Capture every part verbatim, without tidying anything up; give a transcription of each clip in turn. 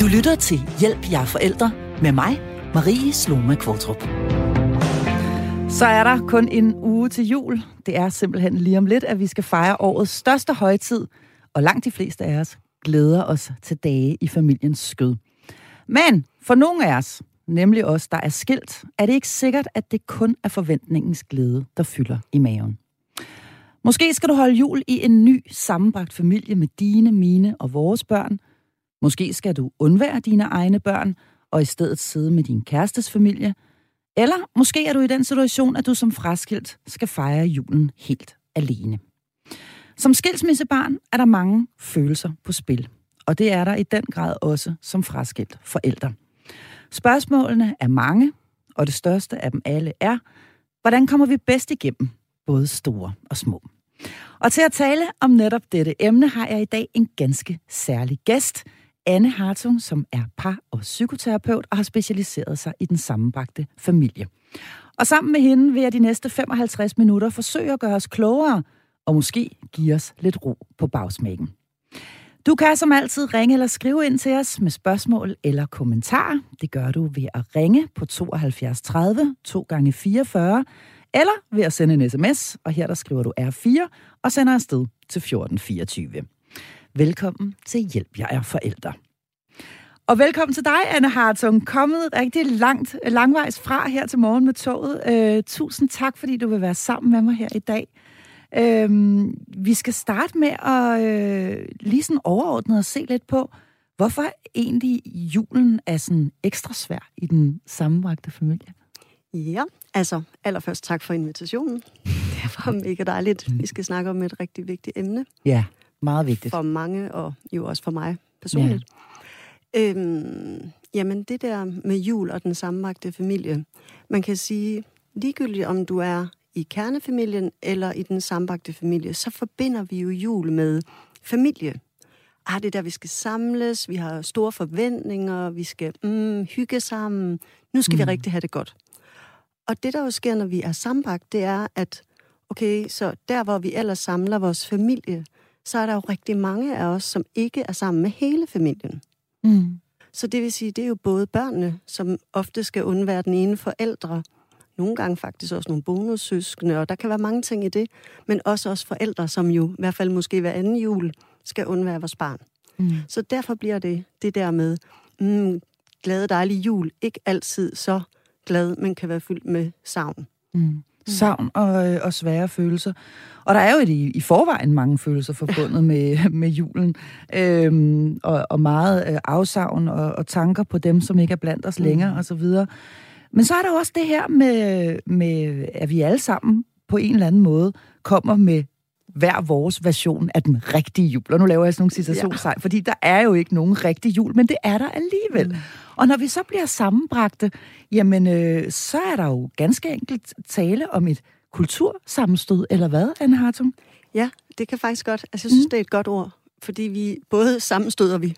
Du lytter til Hjælp jer forældre med mig, Marie Sloma Kvartrup. Så er der kun en uge til jul. Det er simpelthen lige om lidt, at vi skal fejre årets største højtid, og langt de fleste af os glæder os til dage i familiens skød. Men for nogle af os, nemlig os, der er skilt, er det ikke sikkert, at det kun er forventningens glæde, der fylder i maven. Måske skal du holde jul i en ny, sammenbragt familie med dine, mine og vores børn. Måske skal du undvære dine egne børn og i stedet sidde med din kærestes familie. Eller måske er du i den situation, at du som fraskilt skal fejre julen helt alene. Som skilsmissebarn er der mange følelser på spil, og det er der i den grad også som fraskilt forældre. Spørgsmålene er mange, og det største af dem alle er, hvordan kommer vi bedst igennem, både store og små? Og til at tale om netop dette emne har jeg i dag en ganske særlig gæst, Anne Hartung, som er par- og psykoterapeut og har specialiseret sig i den sammenbragte familie. Og sammen med hende vil jeg de næste femoghalvtreds minutter forsøge at gøre os klogere og måske give os lidt ro på bagsmækken. Du kan som altid ringe eller skrive ind til os med spørgsmål eller kommentarer. Det gør du ved at ringe på tooghalvfjerds tredive to gange fireogfyrre eller ved at sende en sms, og her der skriver du R fire og sender afsted til fjorten fireogtyve. Velkommen til Hjælp jer forældre. Og velkommen til dig, Anne Hartung, kommet rigtig langt, langvejs fra her til morgen med toget. Uh, tusind tak, fordi du vil være sammen med mig her i dag. Uh, vi skal starte med at uh, lige sådan overordnet og se lidt på, hvorfor egentlig julen er sådan ekstra svær i den sammenbragte familie. Ja, altså allerførst tak for invitationen. Det var mega dejligt. Vi skal snakke om et rigtig vigtigt emne. Ja, meget vigtigt. For mange, og jo også for mig personligt. Ja. Øhm, jamen det der med jul og den sammenbragte familie, man kan sige, ligegyldigt om du er i kernefamilien eller i den sammenbragte familie, så forbinder vi jo jul med familie. Ah, det er der, vi skal samles, vi har store forventninger, vi skal mm, hygge sammen, nu skal mm. vi rigtig have det godt. Og det, der jo sker, når vi er sammenbragt, det er, at okay, så der, hvor vi ellers samler vores familie, så er der jo rigtig mange af os, som ikke er sammen med hele familien. Mm. Så det vil sige, det er jo både børnene, som ofte skal undvære den ene forældre, nogle gange faktisk også nogle bonussøskende, og der kan være mange ting i det, men også os forældre, som jo i hvert fald måske hver anden jul skal undvære vores barn. Mm. Så derfor bliver det det der med mm, glade dejlige jul, ikke altid så glad, men kan være fyldt med savn. Mm. Savn og, og svære følelser. Og der er jo i, i forvejen mange følelser forbundet med, med julen, øhm, og, og meget øh, afsavn og, og tanker på dem, som ikke er blandt os længere, mm. og så videre. Men så er der også det her med, med, at vi alle sammen på en eller anden måde kommer med hver vores version af den rigtige jul. Og nu laver jeg sådan nogle citationstegn, ja. Fordi der er jo ikke nogen rigtig jul, men det er der alligevel. Mm. Og når vi så bliver sammenbragte, jamen øh, så er der jo ganske enkelt tale om et kultursammenstød, eller hvad, Anne Hartung? Ja, det kan faktisk godt. Altså, jeg synes, mm. det er et godt ord, fordi vi både sammenstøder vi,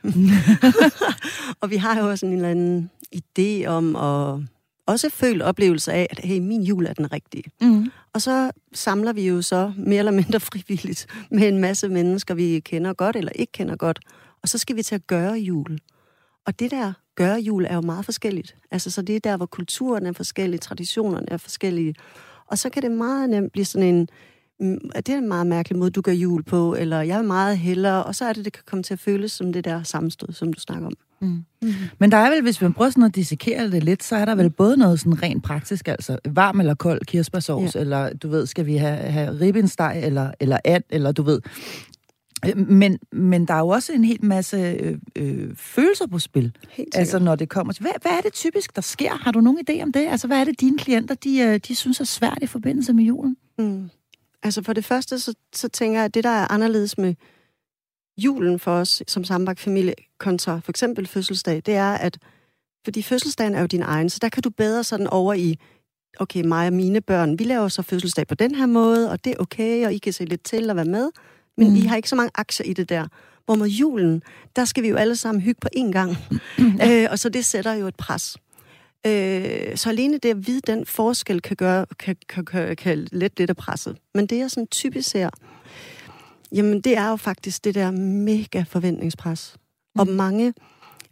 og vi har jo også en eller anden idé om at også føle oplevelse af, at hey, min jul er den rigtige. Mm. Og så samler vi jo så mere eller mindre frivilligt med en masse mennesker, vi kender godt eller ikke kender godt, og så skal vi til at gøre jul. Og det der gøre jul er jo meget forskelligt. Altså, så det er der, hvor kulturen er forskellige, traditionerne er forskellige. Og så kan det meget nemt blive sådan en, det er en meget mærkelig måde, du gør jul på, eller jeg er meget hellere, og så er det, det kan komme til at føles som det der sammenstød, som du snakker om. Mm. Mm. Men der er vel, hvis man prøver sådan at dissekere det lidt, så er der vel både noget sådan rent praktisk, altså varm eller kold kirsebærsauce, ja. Eller du ved, skal vi have, have ribbensteg, eller, eller and, eller du ved. Men, men der er jo også en hel masse øh, øh, følelser på spil, altså når det kommer til. Hvad, hvad er det typisk, der sker? Har du nogen idé om det? Altså, hvad er det, dine klienter, de, de synes er svært i forbindelse med julen? Mm. Altså, for det første, så, så tænker jeg, at det, der er anderledes med julen for os som sammenbragt familie kontra for eksempel fødselsdag, det er, at fordi fødselsdagen er jo din egen, så der kan du bedre sådan over i, okay, mig og mine børn, vi laver så fødselsdag på den her måde, og det er okay, og I kan se lidt til og være med. Men mm. I har ikke så mange aktier i det der. Hvor med julen, der skal vi jo alle sammen hygge på én gang. Ja. Øh, og så det sætter jo et pres. Øh, så alene det at vide, den forskel kan gøre, kan, kan, kan, kan lette lidt af presset. Men det jeg sådan typisk ser, jamen det er jo faktisk det der mega forventningspres. Mm. Og mange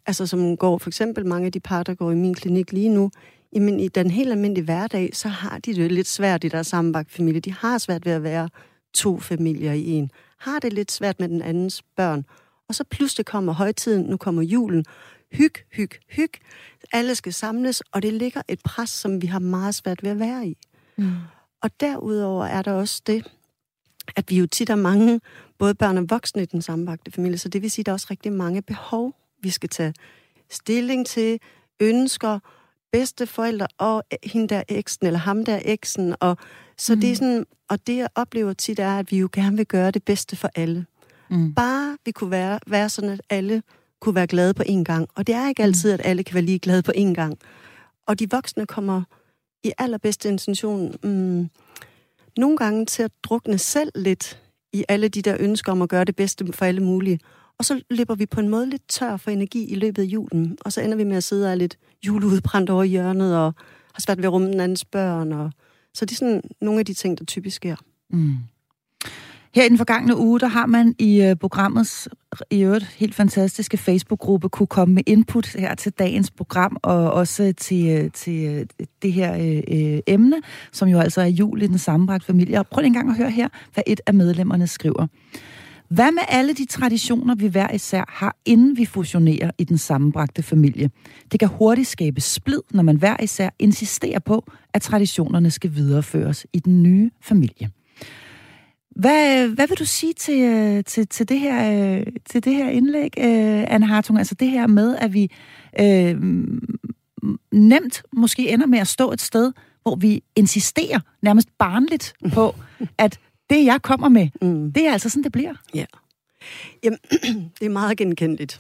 altså som går for eksempel mange af de par, der går i min klinik lige nu, jamen i den helt almindelige hverdag, så har de det lidt svært i deres sammenbragte familie. De har svært ved at være to familier i en. Har det lidt svært med den andens børn. Og så pludselig kommer højtiden, nu kommer julen. Hyg, hyg, hyg. Alle skal samles, og det ligger et pres, som vi har meget svært ved at være i. Mm. Og derudover er der også det, at vi jo tit har mange, både børn og voksne i den sammenbragte familie, så det vil sige, at der er også rigtig mange behov, vi skal tage stilling til, ønsker, bedsteforældre og hende der eksen, eller ham der eksen. Og, så mm. det er sådan, og det jeg oplever tit er, at vi jo gerne vil gøre det bedste for alle. Mm. Bare vi kunne være, være sådan, at alle kunne være glade på én gang. Og det er ikke altid, at alle kan være lige glade på én gang. Og de voksne kommer i allerbedste intention mm, nogle gange til at drukne selv lidt i alle de der ønsker om at gøre det bedste for alle mulige. Og så løber vi på en måde lidt tør for energi i løbet af julen. Og så ender vi med at sidde og er lidt juleudbrændt over hjørnet, og har svært ved at rumme den andens børn. Og så det er sådan nogle af de ting, der typisk sker. Mm. Her i den forgangne uge, der har man i uh, programmets i øvrigt helt fantastiske Facebook-gruppe kunne komme med input her til dagens program, og også til, til uh, det her uh, emne, som jo altså er jul i den sammenbragte familie. Prøv en gang at høre her, hvad et af medlemmerne skriver. Hvad med alle de traditioner, vi hver især har, inden vi fusionerer i den sammenbragte familie? Det kan hurtigt skabe splid, når man hver især insisterer på, at traditionerne skal videreføres i den nye familie. Hvad, hvad vil du sige til, til, til, det, her, til det her indlæg, Anne Hartung? Altså det her med, at vi øh, nemt måske ender med at stå et sted, hvor vi insisterer nærmest barnligt på, at det, jeg kommer med, mm. det er altså sådan, det bliver. Ja. Jamen, det er meget genkendeligt.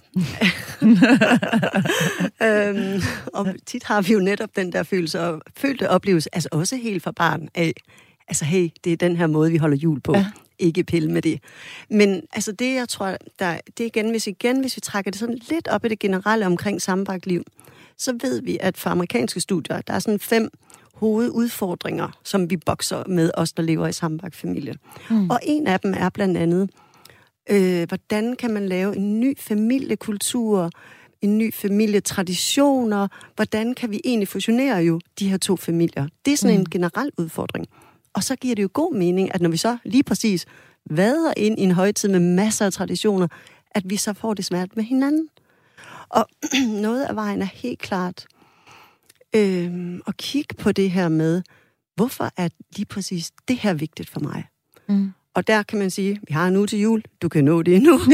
øhm, og tit har vi jo netop den der følelse og følte oplevelse, altså også helt fra barn af, altså hey, det er den her måde, vi holder jul på. Ja. Ikke pille med det. Men altså det, jeg tror, der, det er igen, hvis igen, hvis vi trækker det sådan lidt op i det generelle omkring sammenbragt liv, så ved vi, at for amerikanske studier, der er sådan fem hovedudfordringer, som vi bokser med os, der lever i sammenbragt familie. Mm. Og en af dem er blandt andet, øh, hvordan kan man lave en ny familiekultur, en ny familietraditioner, hvordan kan vi egentlig fusionere jo de her to familier? Det er sådan mm. en generel udfordring. Og så giver det jo god mening, at når vi så lige præcis vader ind i en højtid med masser af traditioner, at vi så får det svært med hinanden. Og noget af vejen er helt klart øh, at kigge på det her med, hvorfor er lige præcis det her vigtigt for mig? Mm. Og der kan man sige, vi har en uge til jul, du kan nå det endnu.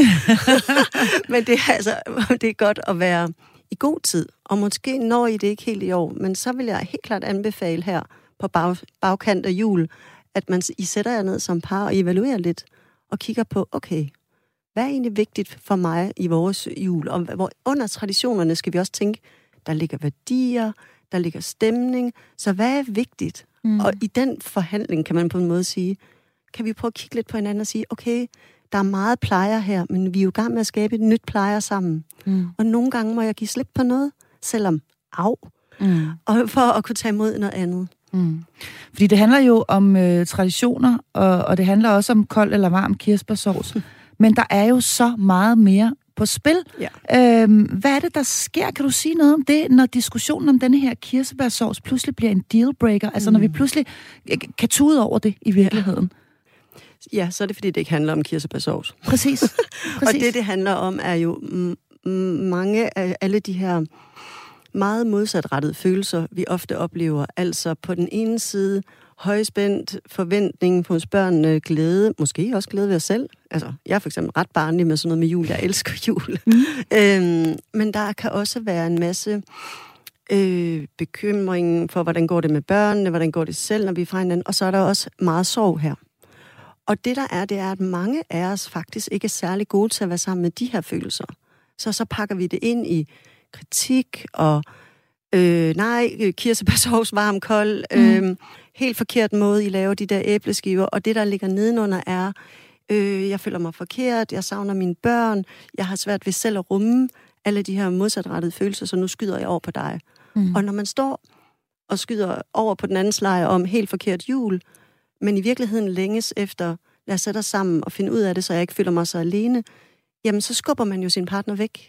Men det er, altså, det er godt at være i god tid, og måske når I det ikke helt i år, men så vil jeg helt klart anbefale her på bag, bagkant af jul, at man I sætter jer ned som par og evaluerer lidt, og kigger på, okay, hvad er egentlig vigtigt for mig i vores jul? Og hvor under traditionerne skal vi også tænke, der ligger værdier, der ligger stemning, så hvad er vigtigt? Mm. Og i den forhandling kan man på en måde sige, kan vi prøve at kigge lidt på hinanden og sige, okay, der er meget plejer her, men vi er jo i gang med at skabe et nyt plejer sammen. Mm. Og nogle gange må jeg give slip på noget, selvom af, mm. og for at kunne tage imod noget andet. Mm. Fordi det handler jo om øh, traditioner, og, og det handler også om kold eller varm kirsebærsauce. Men der er jo så meget mere på spil. Ja. Øhm, hvad er det, der sker? Kan du sige noget om det, når diskussionen om denne her kirsebærsauce pludselig bliver en dealbreaker? Altså mm. når vi pludselig kan tude over det i virkeligheden? Ja, så er det, fordi det ikke handler om kirsebærsauce. Præcis. Præcis. Og det, det handler om, er jo m- mange af alle de her meget modsatrettede følelser, vi ofte oplever. Altså på den ene side højspændt forventning hos børnene, glæde, måske også glæde ved os selv. Altså, jeg er for eksempel ret barnlig med sådan noget med jul. Jeg elsker jul. Mm. øhm, men der kan også være en masse øh, bekymring for, hvordan går det med børnene, hvordan går det selv, når vi er fra hinanden. Og så er der også meget sorg her. Og det der er, det er, at mange af os faktisk ikke er særlig gode til at være sammen med de her følelser. Så så pakker vi det ind i kritik og øh, nej, kirsebærsauce, varm, kold, mm. øh, helt forkert måde, I laver de der æbleskiver, og det, der ligger nedenunder, er, øh, jeg føler mig forkert, jeg savner mine børn, jeg har svært ved selv at rumme alle de her modsatrettede følelser, så nu skyder jeg over på dig. Mm. Og når man står og skyder over på den anden lejr om helt forkert jul, men i virkeligheden længes efter, lad os sætte os sammen og finde ud af det, så jeg ikke føler mig så alene, jamen så skubber man jo sin partner væk.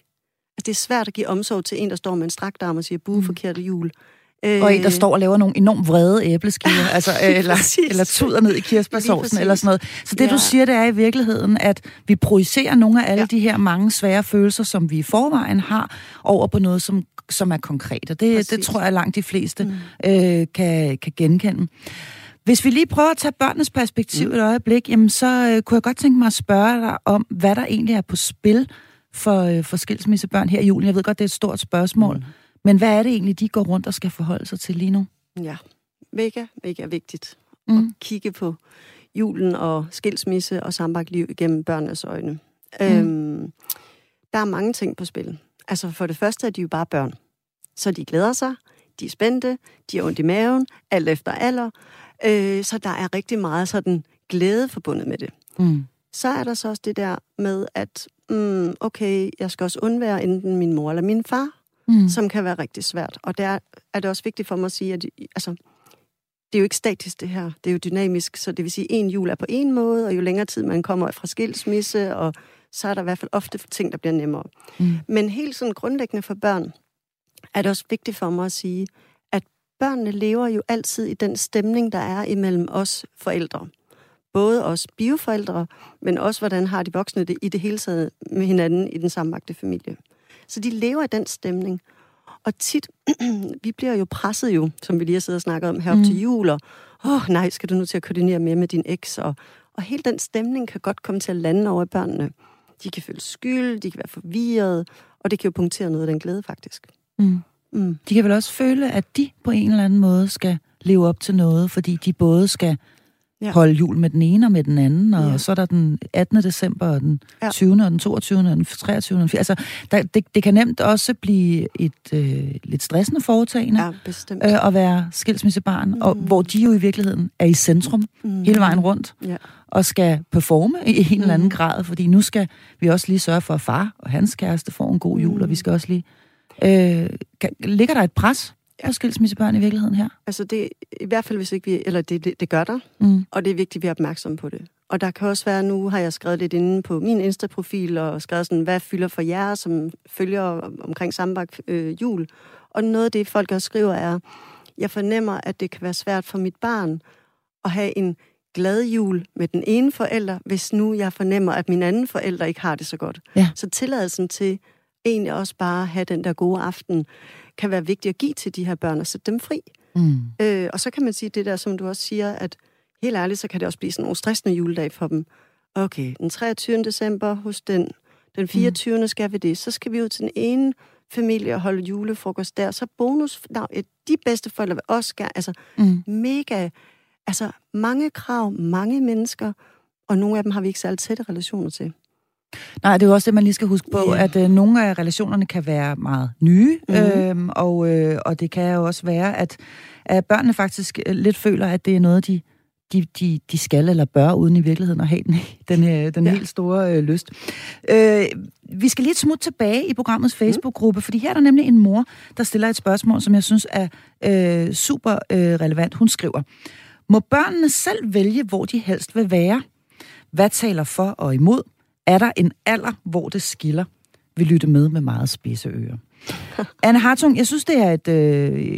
det er svært at give omsorg til en, der står med en strakt arm og siger, buh, forkerte jul. Og en, der står og laver nogle enormt vrede æbleskiver, altså, eller, eller tuder ned i kirsebærsovsen, eller sådan noget. Så det, ja. du siger, det er i virkeligheden, at vi projicerer nogle af alle ja. de her mange svære følelser, som vi i forvejen har, over på noget, som, som er konkret. Og det, det tror jeg langt de fleste mm. øh, kan, kan genkende. Hvis vi lige prøver at tage børnenes perspektiv mm. et øjeblik, jamen, så øh, kunne jeg godt tænke mig at spørge dig om, hvad der egentlig er på spil for, øh, for skilsmissebørn her i julen. Jeg ved godt, det er et stort spørgsmål. Mm. Men hvad er det egentlig, de går rundt og skal forholde sig til lige nu? Ja, mega, mega vigtigt mm. at kigge på julen og skilsmisse og sammenbragt liv igennem børnenes øjne. Mm. Øhm, der er mange ting på spil. Altså for det første er de jo bare børn. Så de glæder sig, de er spændte, de har ondt i maven, alt efter alder. Øh, så der er rigtig meget sådan glæde forbundet med det. Mm. Så er der så også det der med, at mm, okay, jeg skal også undvære enten min mor eller min far, Mm. som kan være rigtig svært. Og der er det også vigtigt for mig at sige, at altså, det er jo ikke statisk det her. Det er jo dynamisk, så det vil sige, at en jul er på en måde, og jo længere tid man kommer fra skilsmisse, og så er der i hvert fald ofte ting, der bliver nemmere. Mm. Men helt sådan grundlæggende for børn, er det også vigtigt for mig at sige, at børnene lever jo altid i den stemning, der er imellem os forældre. Både os bioforældre, men også hvordan har de voksne det i det hele taget med hinanden i den sammenbragte familie. Så de lever i den stemning. Og tit, vi bliver jo presset jo, som vi lige har siddet og snakket om herop mm. til jul, og åh oh, nej, skal du nu til at koordinere mere med din eks? Og, og hele den stemning kan godt komme til at lande over i børnene. De kan føle skyld, de kan være forvirret, og det kan jo punktere noget af den glæde faktisk. Mm. Mm. De kan vel også føle, at de på en eller anden måde skal leve op til noget, fordi de både skal ja. holde jul med den ene og med den anden, og ja. så er der den attende december, og den ja. tyvende og den toogtyvende og den treogtyvende. Altså, der, det, det kan nemt også blive et øh, lidt stressende foretagende ja, bestemt. Øh, at være skilsmissebarn, mm. og hvor de jo i virkeligheden er i centrum mm. hele vejen rundt, ja. og skal performe i en mm. eller anden grad, fordi nu skal vi også lige sørge for, at far og hans kæreste får en god jul, mm. og vi skal også lige... Øh, kan, ligger der et pres på skilsmissebørn i virkeligheden her? Altså det, i hvert fald hvis ikke vi, eller det, det, det gør der, mm. og det er vigtigt, at vi er opmærksomme på det. Og der kan også være, nu har jeg skrevet lidt inde på min Insta-profil, og skrevet sådan, hvad fylder for jer, som følger omkring sammenbragt øh, jul. Og noget af det, folk også skriver, er, jeg fornemmer, at det kan være svært for mit barn at have en glad jul med den ene forælder, hvis nu jeg fornemmer, at min anden forælder ikke har det så godt. Ja. Så tilladelsen til egentlig også bare have den der gode aften, kan være vigtigt at give til de her børn og sætte dem fri. Mm. Øh, og så kan man sige det der, som du også siger, at helt ærligt, så kan det også blive sådan en stressende juledag for dem. Okay, den treogtyvende december hos den, den fireogtyvende skal vi det, så skal vi ud til den ene familie og holde julefrokost der, så bonus, no, de bedste forældre vil også gerne, altså mm. mega, altså mange krav, mange mennesker, og nogle af dem har vi ikke særlig tætte relationer til. Nej, det er jo også det, man lige skal huske på, yeah. at øh, nogle af relationerne kan være meget nye, mm-hmm. øhm, og, øh, og det kan jo også være, at, at børnene faktisk lidt føler, at det er noget, de, de, de, de skal eller bør, uden i virkeligheden at have den, den, øh, den ja. helt store øh, lyst. Øh, vi skal lige et smut tilbage i programmets Facebook-gruppe, mm. fordi her er der nemlig en mor, der stiller et spørgsmål, som jeg synes er øh, super øh, relevant. Hun skriver, må børnene selv vælge, hvor de helst vil være? Hvad taler for og imod? Er der en alder, hvor det skiller? Vi lytter med med meget spidse ører. Anne Hartung, jeg synes, det er et, øh,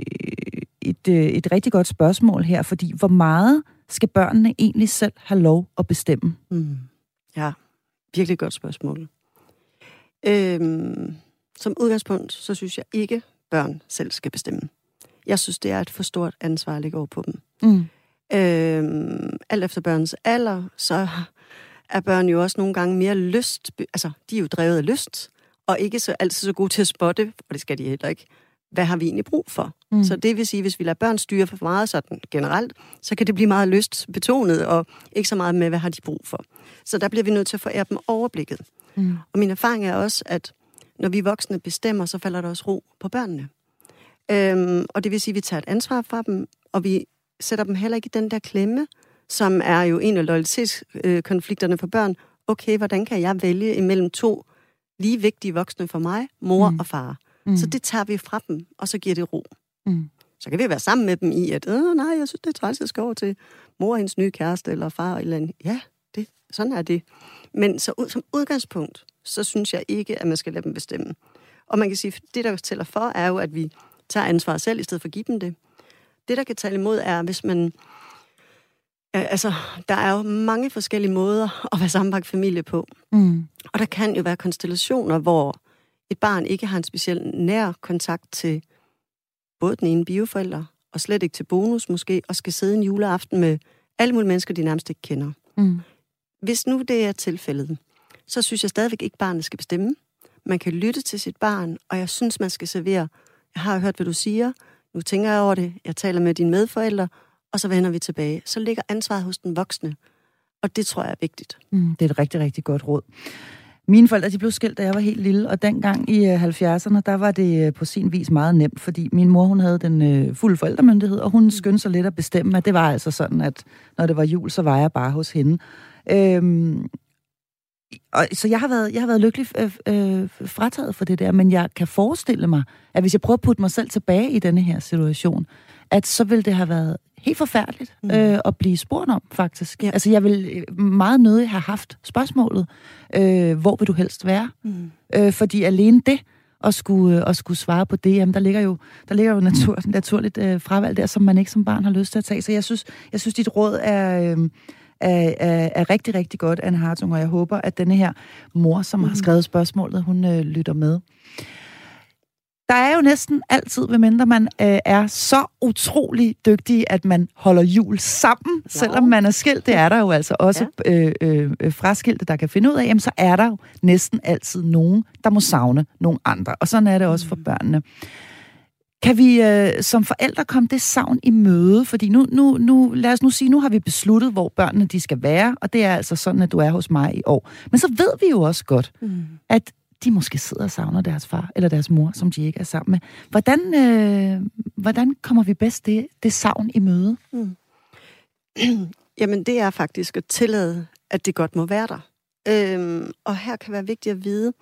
et, øh, et rigtig godt spørgsmål her, fordi hvor meget skal børnene egentlig selv have lov at bestemme? Mm. Ja, virkelig godt spørgsmål. Øhm, som udgangspunkt, så synes jeg ikke, børn selv skal bestemme. Jeg synes, det er et for stort ansvar, der ligger over på dem. Mm. Øhm, alt efter børns alder, så er børn jo også nogle gange mere lyst, altså de er jo drevet af lyst, og ikke så altid så gode til at spotte, og det skal de heller ikke, hvad har vi egentlig brug for? Mm. Så det vil sige, hvis vi lader børn styre for meget sådan generelt, så kan det blive meget lystbetonet, og ikke så meget med, hvad har de brug for. Så der bliver vi nødt til at forære dem overblikket. Mm. Og min erfaring er også, at når vi voksne bestemmer, så falder der også ro på børnene. Øhm, og det vil sige, at vi tager et ansvar fra dem, og vi sætter dem heller ikke i den der klemme, som er jo en af loyalitetskonflikterne for børn. Okay, hvordan kan jeg vælge imellem to lige vigtige voksne for mig, mor mm. og far? Mm. Så det tager vi fra dem, og så giver det ro. Mm. Så kan vi være sammen med dem i, at øh, nej, jeg synes, det er træls, jeg skal over til mor og hendes nye kæreste, eller far, eller en. Ja, det, sådan er det. Men så ud, som udgangspunkt, så synes jeg ikke, at man skal lade dem bestemme. Og man kan sige, at det, der tæller for, er jo, at vi tager ansvar selv, i stedet for at give dem det. Det, der kan tale imod, er, hvis man... Altså, der er jo mange forskellige måder at være sammenbragt familie på. Mm. Og der kan jo være konstellationer, hvor et barn ikke har en speciel nær kontakt til både den ene bioforælder, og slet ikke til bonus måske, og skal sidde en juleaften med alle mulige mennesker, de nærmest ikke kender. Mm. Hvis nu det er tilfældet, så synes jeg stadigvæk ikke, barnet skal bestemme. Man kan lytte til sit barn, og jeg synes, man skal servere. Jeg har hørt, hvad du siger. Nu tænker jeg over det. Jeg taler med dine medforældre, og så vender vi tilbage. Så ligger ansvaret hos den voksne, og det tror jeg er vigtigt. Mm, det er et rigtig, rigtig godt råd. Mine forældre, de blev skilt, da jeg var helt lille, og dengang i halvfjerdserne, der var det på sin vis meget nemt, fordi min mor, hun havde den øh, fulde forældremyndighed, og hun skyndte sig lidt at bestemme, at det var altså sådan, at når det var jul, så var jeg bare hos hende. Øhm, og, så jeg har været, jeg har været lykkelig øh, øh, frataget for det der, men jeg kan forestille mig, at hvis jeg prøver at putte mig selv tilbage i denne her situation, at så ville det have været helt forfærdeligt mm. øh, at blive spurgt om, faktisk. Ja. Altså, jeg vil meget nødig have haft spørgsmålet, øh, hvor vil du helst være? Mm. Øh, fordi alene det, at skulle, øh, at skulle svare på det, jamen, der ligger jo, der ligger jo natur, naturligt øh, fravalg der, som man ikke som barn har lyst til at tage. Så jeg synes, jeg synes dit råd er, øh, er, er, er rigtig, rigtig godt, Anne Hartung, og jeg håber, at denne her mor, som mm. har skrevet spørgsmålet, hun øh, lytter med. Der er jo næsten altid, medmindre man øh, er så utrolig dygtig, at man holder jul sammen, ja. Selvom man er skilt. Det er der jo altså også ja. øh, øh, fraskilte, der kan finde ud af. Jamen, så er der jo næsten altid nogen, der må savne nogle andre. Og sådan er det også for børnene. Kan vi øh, som forældre komme det savn i møde? Fordi nu, nu, nu, lad os nu sige, nu har vi besluttet, hvor børnene de skal være, og det er altså sådan, at du er hos mig i år. Men så ved vi jo også godt, mm. at de måske sidder og savner deres far eller deres mor, som de ikke er sammen med. Hvordan, øh, hvordan kommer vi bedst det, det savn i møde? Mm. Jamen, det er faktisk at tillade, at det godt må være der. Øhm, og her kan være vigtigt at vide,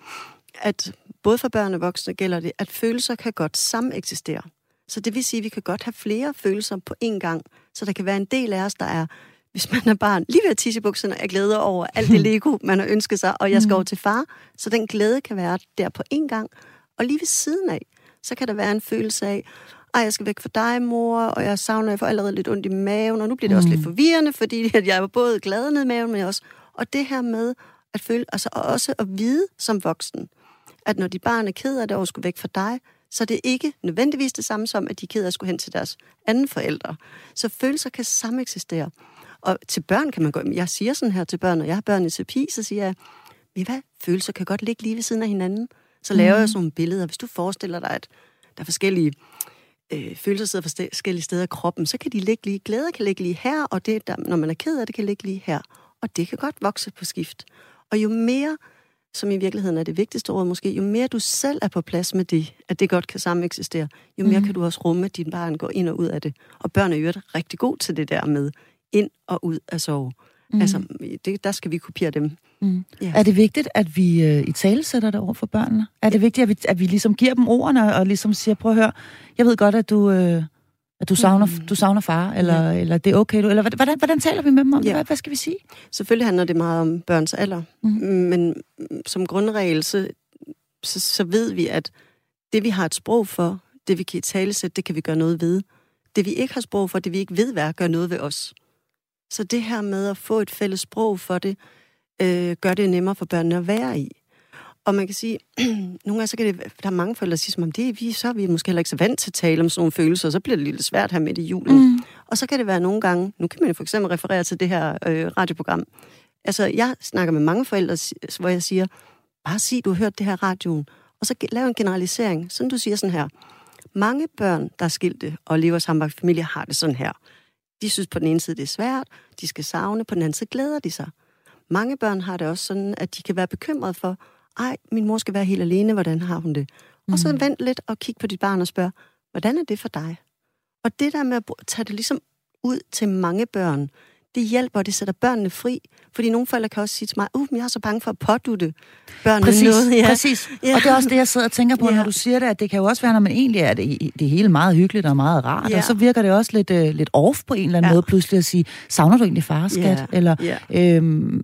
at både for børn og voksne gælder det, at følelser kan godt sameksistere. Så det vil sige, at vi kan godt have flere følelser på én gang. Så der kan være en del af os, der er, hvis man er barn, lige ved at tisse i bukserne, er glæde over alt det Lego, man har ønsket sig, og jeg skal over til far. Så den glæde kan være der på én gang. Og lige ved siden af, så kan der være en følelse af, ej, jeg skal væk fra dig, mor, og jeg savner, jeg får allerede lidt ondt i maven, og nu bliver det mm. også lidt forvirrende, fordi jeg var både glad ned i maven, men også, og det her med at føle, altså også at vide som voksen, at når de barn er ked af det, og skulle væk fra dig, så det er ikke nødvendigvis det samme som, at de er ked af at skulle hen til deres anden forældre. Så følelser kan sameksistere. Og til børn kan man gå, jeg siger sådan her til børn, og jeg har børn i terapi, så siger jeg, ved hvad, følelser kan godt ligge lige ved siden af hinanden. Så laver mm. jeg sådan nogle billeder. Hvis du forestiller dig, at der er forskellige øh, følelser sidder forskellige steder i kroppen, så kan de ligge lige, glæde kan ligge lige her, og det, der, når man er ked af det, kan ligge lige her. Og det kan godt vokse på skift. Og jo mere, som i virkeligheden er det vigtigste råd måske, jo mere du selv er på plads med det, at det godt kan sameksistere, jo mere mm. kan du også rumme, at din barn går ind og ud af det. Og børn er jo rigtig god til det der med ind og ud af sove. Mm. Altså, det, der skal vi kopiere dem. Mm. Ja. Er det vigtigt, at vi øh, i tale sætter det over for børnene? Er det vigtigt, at vi, at vi ligesom giver dem ordene, og ligesom siger, prøv at høre, jeg ved godt, at du, øh, at du, savner, mm. du savner far, eller, ja. eller det er okay, du, eller hvordan, hvordan taler vi med dem om ja. hvad, hvad skal vi sige? Selvfølgelig handler det meget om børns alder, mm. men som grundregel, så, så, så ved vi, at det vi har et sprog for, det vi kan i tale sætte, det kan vi gøre noget ved. Det vi ikke har sprog for, det vi ikke ved, hvad gør noget ved os. Så det her med at få et fælles sprog for det, øh, gør det nemmere for børnene at være i. Og man kan sige, nogle gange så kan det, der er mange forældre, der siger, som det er vi, så er vi måske heller ikke så vant til at tale om sådan nogle følelser, og så bliver det lidt svært her midt i julen. Mm. Og så kan det være nogle gange, nu kan man jo for eksempel referere til det her øh, radioprogram. Altså, jeg snakker med mange forældre, hvor jeg siger, bare sig, du har hørt det her radioen, og så lav en generalisering, sådan du siger sådan her. Mange børn, der er skilte og lever sammen med familie, har det sådan her. De synes på den ene side, det er svært, de skal savne, på den anden side glæder de sig. Mange børn har det også sådan, at de kan være bekymrede for, ej, min mor skal være helt alene, hvordan har hun det? Mm. Og så vent lidt og kig på dit barn og spørg, hvordan er det for dig? Og det der med at tage det ligesom ud til mange børn, det hjælper, og det sætter børnene fri. Fordi nogle forældre kan også sige til mig, uh, jeg er så bange for at pådutte børnene præcis, noget. Ja. Præcis, ja. Og det er også det, jeg sidder og tænker på, ja. Når du siger det, at det kan jo også være, når man egentlig er det, det hele meget hyggeligt og meget rart, ja. Og så virker det også lidt, uh, lidt off på en eller anden ja. måde, pludselig at sige, savner du egentlig far, skat? Ja. Eller, ja. Øhm,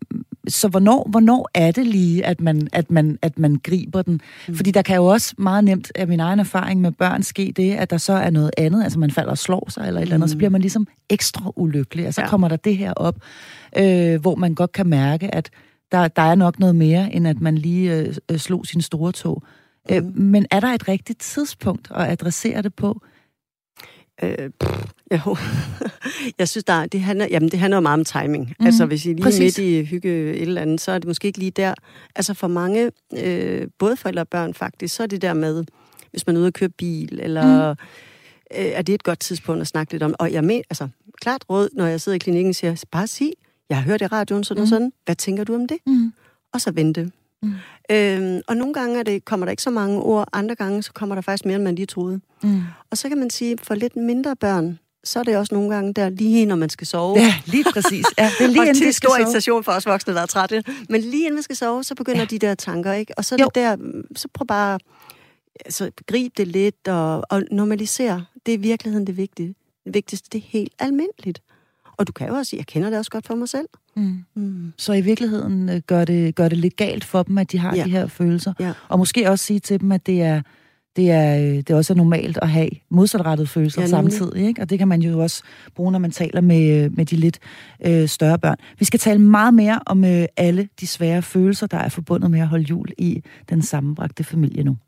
så hvornår, hvornår er det lige, at man, at man, at man griber den? Mm. Fordi der kan jo også meget nemt, af min egen erfaring med børn, ske det, at der så er noget andet, altså man falder og slår sig eller et eller andet, mm. så bliver man ligesom ekstra ulykkelig, og så ja. kommer der det her op, øh, hvor man godt kan mærke, at der, der er nok noget mere, end at man lige øh, slog sin store tog. Mm. Øh, men er der et rigtigt tidspunkt at adressere det på? Øh, jo. Jeg synes, der, det, handler, jamen, det handler meget om timing. Mm, altså, hvis I lige er midt i hygge et eller andet, så er det måske ikke lige der. Altså, for mange, øh, både forældre og børn faktisk, så er det der med, hvis man er ude at køre bil, eller mm. øh, er det et godt tidspunkt at snakke lidt om. Og jeg mener, altså, klart råd, når jeg sidder i klinikken, siger, bare sig, jeg har hørt i radioen sådan mm. og sådan. Hvad tænker du om det? Mm. Og så vente. Mm. Øhm, og nogle gange er det, kommer der ikke så mange ord, andre gange så kommer der faktisk mere, end man lige troede. Mm. Og så kan man sige, for lidt mindre børn, så er det også nogle gange der lige når man skal sove. Ja, lige præcis. Ja, det er lige og inden det er stor irritation for os voksne, der er trætte. Men lige inden man skal sove, så begynder ja. de der tanker, ikke? Og så er det der, så prøv bare altså, gribe det lidt og, og normalisere. Det er i virkeligheden det vigtige. Det vigtigste, det er helt almindeligt. Og du kan jo også sige, jeg kender det også godt for mig selv. Mm. Mm. Så i virkeligheden gør det, gør det lidt galt for dem, at de har ja. de her følelser. Ja. Og måske også sige til dem, at det er, det er, det er også normalt at have modsatrettede følelser ja, samtidig. Ikke? Og det kan man jo også bruge, når man taler med, med de lidt øh, større børn. Vi skal tale meget mere om øh, alle de svære følelser, der er forbundet med at holde jul i den sammenbragte familie nu.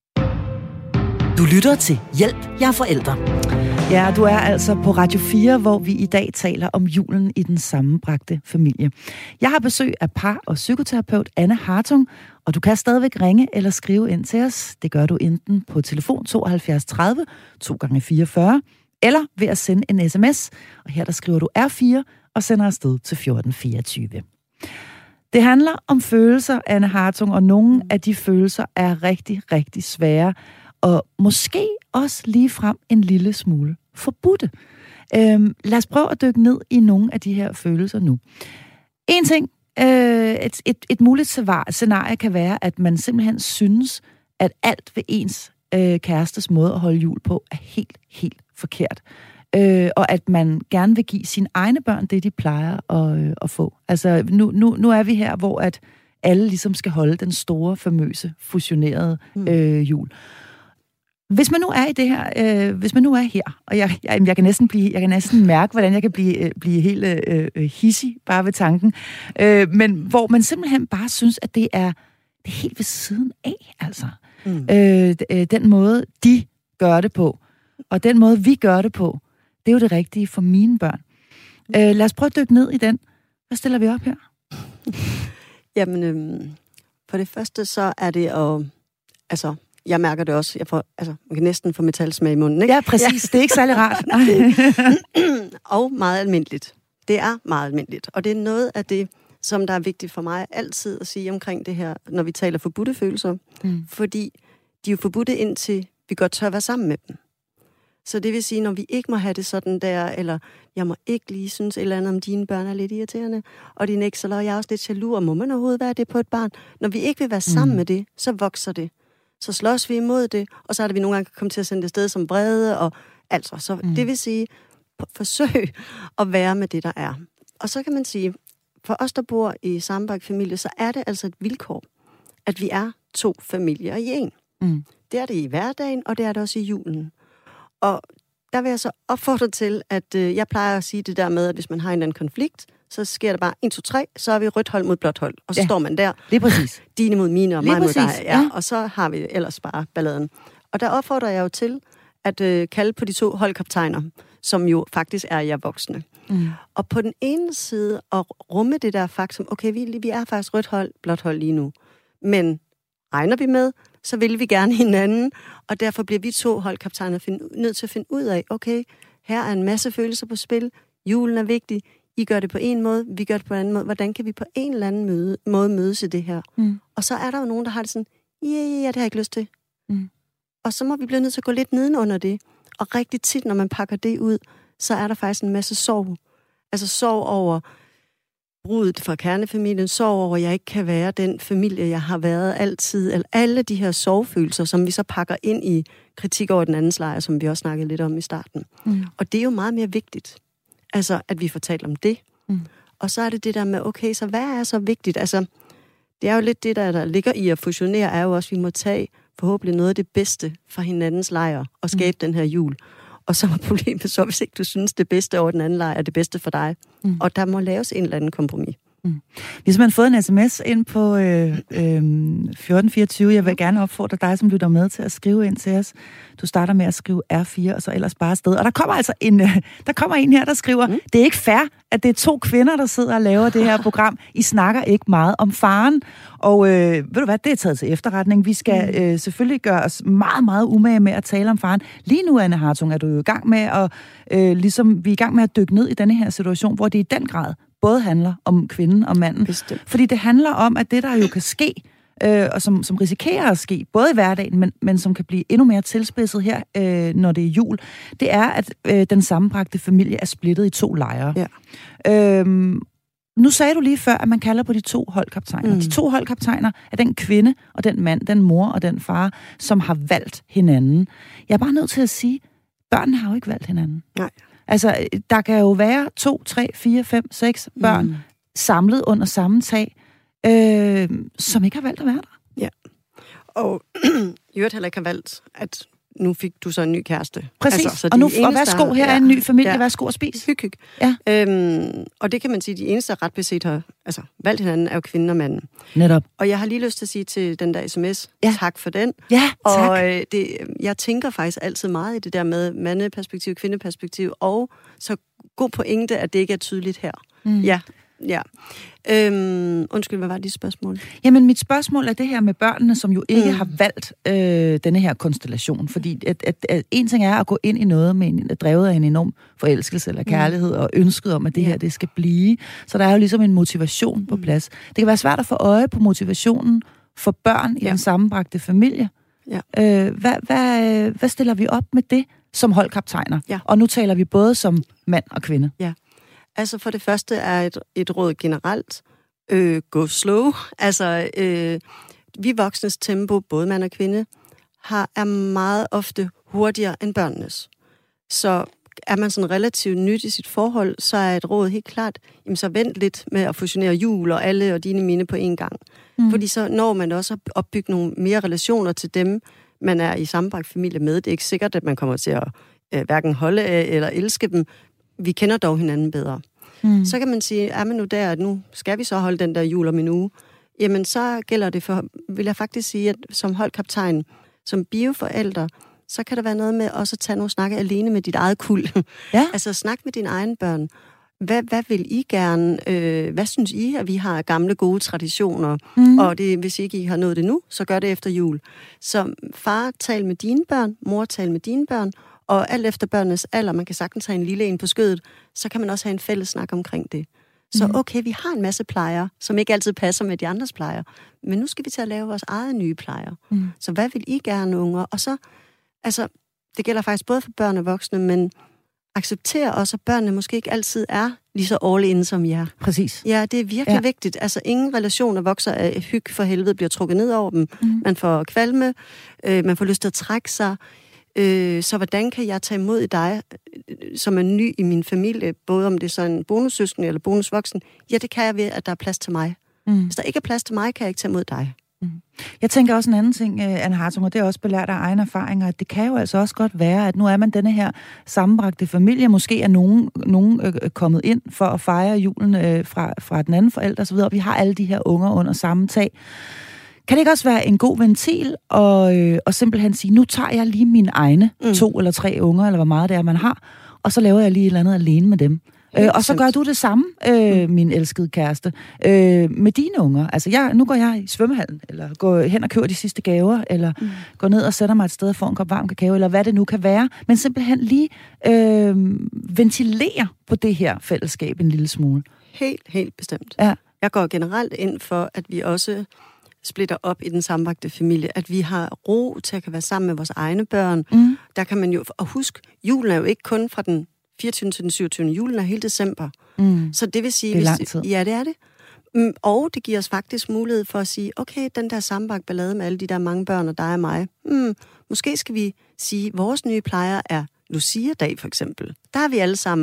Du lytter til Hjælp, jeg er forældre. Ja, du er altså på Radio fire, hvor vi i dag taler om julen i den sammenbragte familie. Jeg har besøg af par- og psykoterapeut Anne Hartung, og du kan stadigvæk ringe eller skrive ind til os. Det gør du enten på telefon tooghalvfjerds tredive to gange fireogfyrre, eller ved at sende en sms, og her der skriver du R fire og sender afsted til fjorten fireogtyve. Det handler om følelser, Anne Hartung, og nogle af de følelser er rigtig, rigtig svære, og måske også ligefrem en lille smule forbudte. Øhm, lad os prøve at dykke ned i nogle af de her følelser nu. En ting, øh, et, et, et muligt scenarie kan være, at man simpelthen synes, at alt ved ens øh, kærestes måde at holde jul på er helt, helt forkert. Øh, og at man gerne vil give sine egne børn det, de plejer at, øh, at få. Altså, nu, nu, nu er vi her, hvor at alle ligesom skal holde den store, famøse, fusionerede øh, jul. Hvis man nu er i det her, øh, hvis man nu er her, og jeg, jeg, jeg kan næsten blive, jeg kan næsten mærke, hvordan jeg kan blive, øh, blive helt øh, hissig bare ved tanken, øh, men hvor man simpelthen bare synes, at det er, det er helt ved siden af, altså. Mm. Øh, den måde, de gør det på, og den måde, vi gør det på, det er jo det rigtige for mine børn. Øh, lad os prøve at dykke ned i den. Hvad stiller vi op her? Jamen, øhm, for det første, så er det at, altså, jeg mærker det også. Jeg får, altså, man kan næsten få metalsmag i munden, ikke? Ja, præcis. Ja. Det er ikke særlig rart. Og meget almindeligt. Det er meget almindeligt. Og det er noget af det, som der er vigtigt for mig altid at sige omkring det her, når vi taler forbudte følelser. Mm. Fordi de er jo forbudte indtil vi godt tør være sammen med dem. Så det vil sige, når vi ikke må have det sådan der, eller jeg må ikke lige synes et eller andet om dine børn er lidt irriterende, og din eks, eller jeg er også lidt jaloux, og må man overhovedet være det på et barn? Når vi ikke vil være sammen mm. med det, så vokser det. Så slås vi imod det, og så er det, vi nogle gange komme til at sende det sted som vrede, og altså, så mm. det vil sige, forsøg at være med det, der er. Og så kan man sige, for os, der bor i sammenbragt familie, så er det altså et vilkår, at vi er to familier i en. Mm. Det er det i hverdagen, og det er det også i julen. Og der vil jeg så opfordre til, at øh, jeg plejer at sige det der med, at hvis man har en eller anden konflikt, så sker der bare en, to, tre, så er vi rødt hold mod blåt hold. Og så ja, står man der. Lige præcis. Dine mod mine, og lige mig præcis, mod dig. Ja, ja. Og så har vi ellers bare balladen. Og der opfordrer jeg jo til at øh, kalde på de to holdkaptajner, som jo faktisk er jer voksne. Mm. Og på den ene side at rumme det der faktum, okay, vi, vi er faktisk rødt hold, blåt hold lige nu. Men regner vi med, så vil vi gerne hinanden, og derfor bliver vi to holdkaptajner finde, nødt til at finde ud af, okay, her er en masse følelser på spil, julen er vigtig, I gør det på en måde, vi gør det på en anden måde, hvordan kan vi på en eller anden møde, måde mødes i det her? Mm. Og så er der jo nogen, der har det sådan, ja, ja, ja, det har jeg ikke lyst til. Mm. Og så må vi blive nødt til at gå lidt nedenunder det. Og rigtig tit, når man pakker det ud, så er der faktisk en masse sorg. Altså sorg over brudet fra kernefamilien, sorg over, at jeg ikke kan være den familie, jeg har været altid. Eller alle de her sorgfølelser, som vi så pakker ind i kritik over den andens lejr, som vi også snakkede lidt om i starten. Mm. Og det er jo meget mere vigtigt, altså at vi får talt om det. Mm. Og så er det det der med, okay, så hvad er så vigtigt? Altså, det er jo lidt det, der, der ligger i at fusionere, er jo også, at vi må tage forhåbentlig noget af det bedste fra hinandens lejr og skabe mm. den her jul. Og så er problemet så, hvis ikke du synes, det bedste over den anden lejr er det bedste for dig. Mm. Og der må laves en eller anden kompromis. Mm. Vi har simpelthen fået en sms ind på øh, øh, fjorten fireogtyve. Jeg vil gerne opfordre dig, som lytter med, til at skrive ind til os. Du starter med at skrive R fire, og så ellers bare afsted. Og der kommer altså en, øh, der kommer en her, der skriver, mm. det er ikke fair, at det er to kvinder, der sidder og laver det her program. I snakker ikke meget om faren. Og øh, ved du hvad, det er taget til efterretning. Vi skal mm. øh, selvfølgelig gøre os meget, meget umage med at tale om faren. Lige nu, Anne Hartung, er du jo i gang med at, øh, ligesom, vi er i gang med at dykke ned i denne her situation, hvor det i den grad både handler om kvinden og manden. Bestemt. Fordi det handler om, at det, der jo kan ske, øh, og som, som risikerer at ske, både i hverdagen, men, men som kan blive endnu mere tilspidset her, øh, når det er jul, det er, at øh, den sammenbragte familie er splittet i to lejre. Ja. Øhm, nu sagde du lige før, at man kalder på de to holdkaptajner. Mm. De to holdkaptajner er den kvinde og den mand, den mor og den far, som har valgt hinanden. Jeg er bare nødt til at sige, børnene har jo ikke valgt hinanden. Nej. Altså, der kan jo være to, tre, fire, fem, seks børn mm. samlet under samme tag, øh, som ikke har valgt at være der. Ja. Og i øvrigt heller ikke har valgt, at nu fik du så en ny kæreste. Præcis, altså, og nu eneste, og værsgo, her ja, er en ny familie, ja, værsgo og spis. Hyg, hyg. Ja. Øhm, og det kan man sige, de eneste, der ret beset har altså, valgt hinanden, er jo kvinden og manden. Netop. Og jeg har lige lyst til at sige til den der sms, ja, tak for den. Ja, tak. Og øh, det, jeg tænker faktisk altid meget i det der med mandeperspektiv, kvindeperspektiv, og så god pointe, at det ikke er tydeligt her. Mm. Ja. Ja. Øhm, undskyld, hvad var dit spørgsmål? Jamen, mit spørgsmål er det her med børnene, som jo ikke mm. har valgt øh, denne her konstellation. Fordi at, at, at en ting er at gå ind i noget med en, drevet af en enorm forelskelse eller kærlighed, mm. og ønsket om, at det her det skal blive. Så der er jo ligesom en motivation på plads. Det kan være svært at få øje på motivationen for børn i ja. en sammenbragte familie. Ja. Øh, hvad, hvad, hvad stiller vi op med det som holdkaptajner? Ja. Og nu taler vi både som mand og kvinde. Ja. Altså for det første er et, et råd generelt, øh, gå slow. Altså øh, vi voksnes tempo, både mand og kvinde, har, er meget ofte hurtigere end børnenes. Så er man sådan relativt nyt i sit forhold, så er et råd helt klart, jamen så vent lidt med at fusionere jul og alle og dine mine på én gang. Mm. Fordi så når man også at opbygge nogle mere relationer til dem, man er i sammenbragt familie med. Det er ikke sikkert, at man kommer til at øh, hverken holde af eller elske dem. Vi kender dog hinanden bedre. Mm. Så kan man sige, er man nu der, at nu skal vi så holde den der jul om en uge, jamen så gælder det for, vil jeg faktisk sige, at som holdkaptajn, som bioforælder, så kan der være noget med også at tage nogle snakke alene med dit eget kuld. Ja. Altså snak med dine egne børn. Hvad, hvad vil I gerne? Øh, hvad synes I, at vi har gamle, gode traditioner? Mm. Og det, hvis ikke I har nået det nu, så gør det efter jul. Så far, tal med dine børn, mor, tal med dine børn, og alt efter børnenes alder, man kan sagtens have en lille en på skødet, så kan man også have en fælles snak omkring det. Så okay, vi har en masse plejer, som ikke altid passer med de andres plejer, men nu skal vi til at lave vores eget nye plejer. Mm. Så hvad vil I gerne, unger? Og så, altså, det gælder faktisk både for børn og voksne, men acceptere også, at børnene måske ikke altid er lige så all in som jer. Præcis. Ja, det er virkelig ja. vigtigt. Altså, ingen relationer vokser af hyg for helvede, bliver trukket ned over dem. Mm. Man får kvalme, øh, man får lyst til at trække sig. Øh, så hvordan kan jeg tage imod dig, som er ny i min familie, både om det er så en bonussøsken eller bonusvoksen? Ja, det kan jeg ved, at der er plads til mig. Mm. Hvis der ikke er plads til mig, kan jeg ikke tage imod dig. Mm. Jeg tænker også en anden ting, Anne Hartung, og det er også belært af egne erfaringer, at det kan jo altså også godt være, at nu er man denne her sammenbragte familie, måske er nogen, nogen øh, kommet ind for at fejre julen øh, fra, fra den anden forælder osv., og vi har alle de her unger under samme tag. Kan det ikke også være en god ventil og, øh, og simpelthen sige, nu tager jeg lige mine egne mm. to eller tre unger, eller hvor meget det er, man har, og så laver jeg lige et eller andet alene med dem. Øh, og så gør du det samme, øh, mm. min elskede kæreste, øh, med dine unger. Altså, jeg, nu går jeg i svømmehallen, eller går hen og køber de sidste gaver, eller mm. går ned og sætter mig et sted og får en kop varm kakao, eller hvad det nu kan være. Men simpelthen lige øh, ventilere på det her fællesskab en lille smule. Helt, helt bestemt. Ja. Jeg går generelt ind for, at vi også splitter op i den sammenbragte familie, at vi har ro til at kan være sammen med vores egne børn. Mm. Der kan man jo, og husk, julen er jo ikke kun fra den fireogtyvende til den syvogtyvende Julen er hele december. Mm. Så det vil sige... Det er lang tid. Hvis, ja, det er det. Mm, og det giver os faktisk mulighed for at sige, okay, den der sammenbragte ballade med alle de der mange børn og dig og mig, mm, måske skal vi sige, vores nye plejer er Lucia-dag for eksempel. Der er vi alle sammen.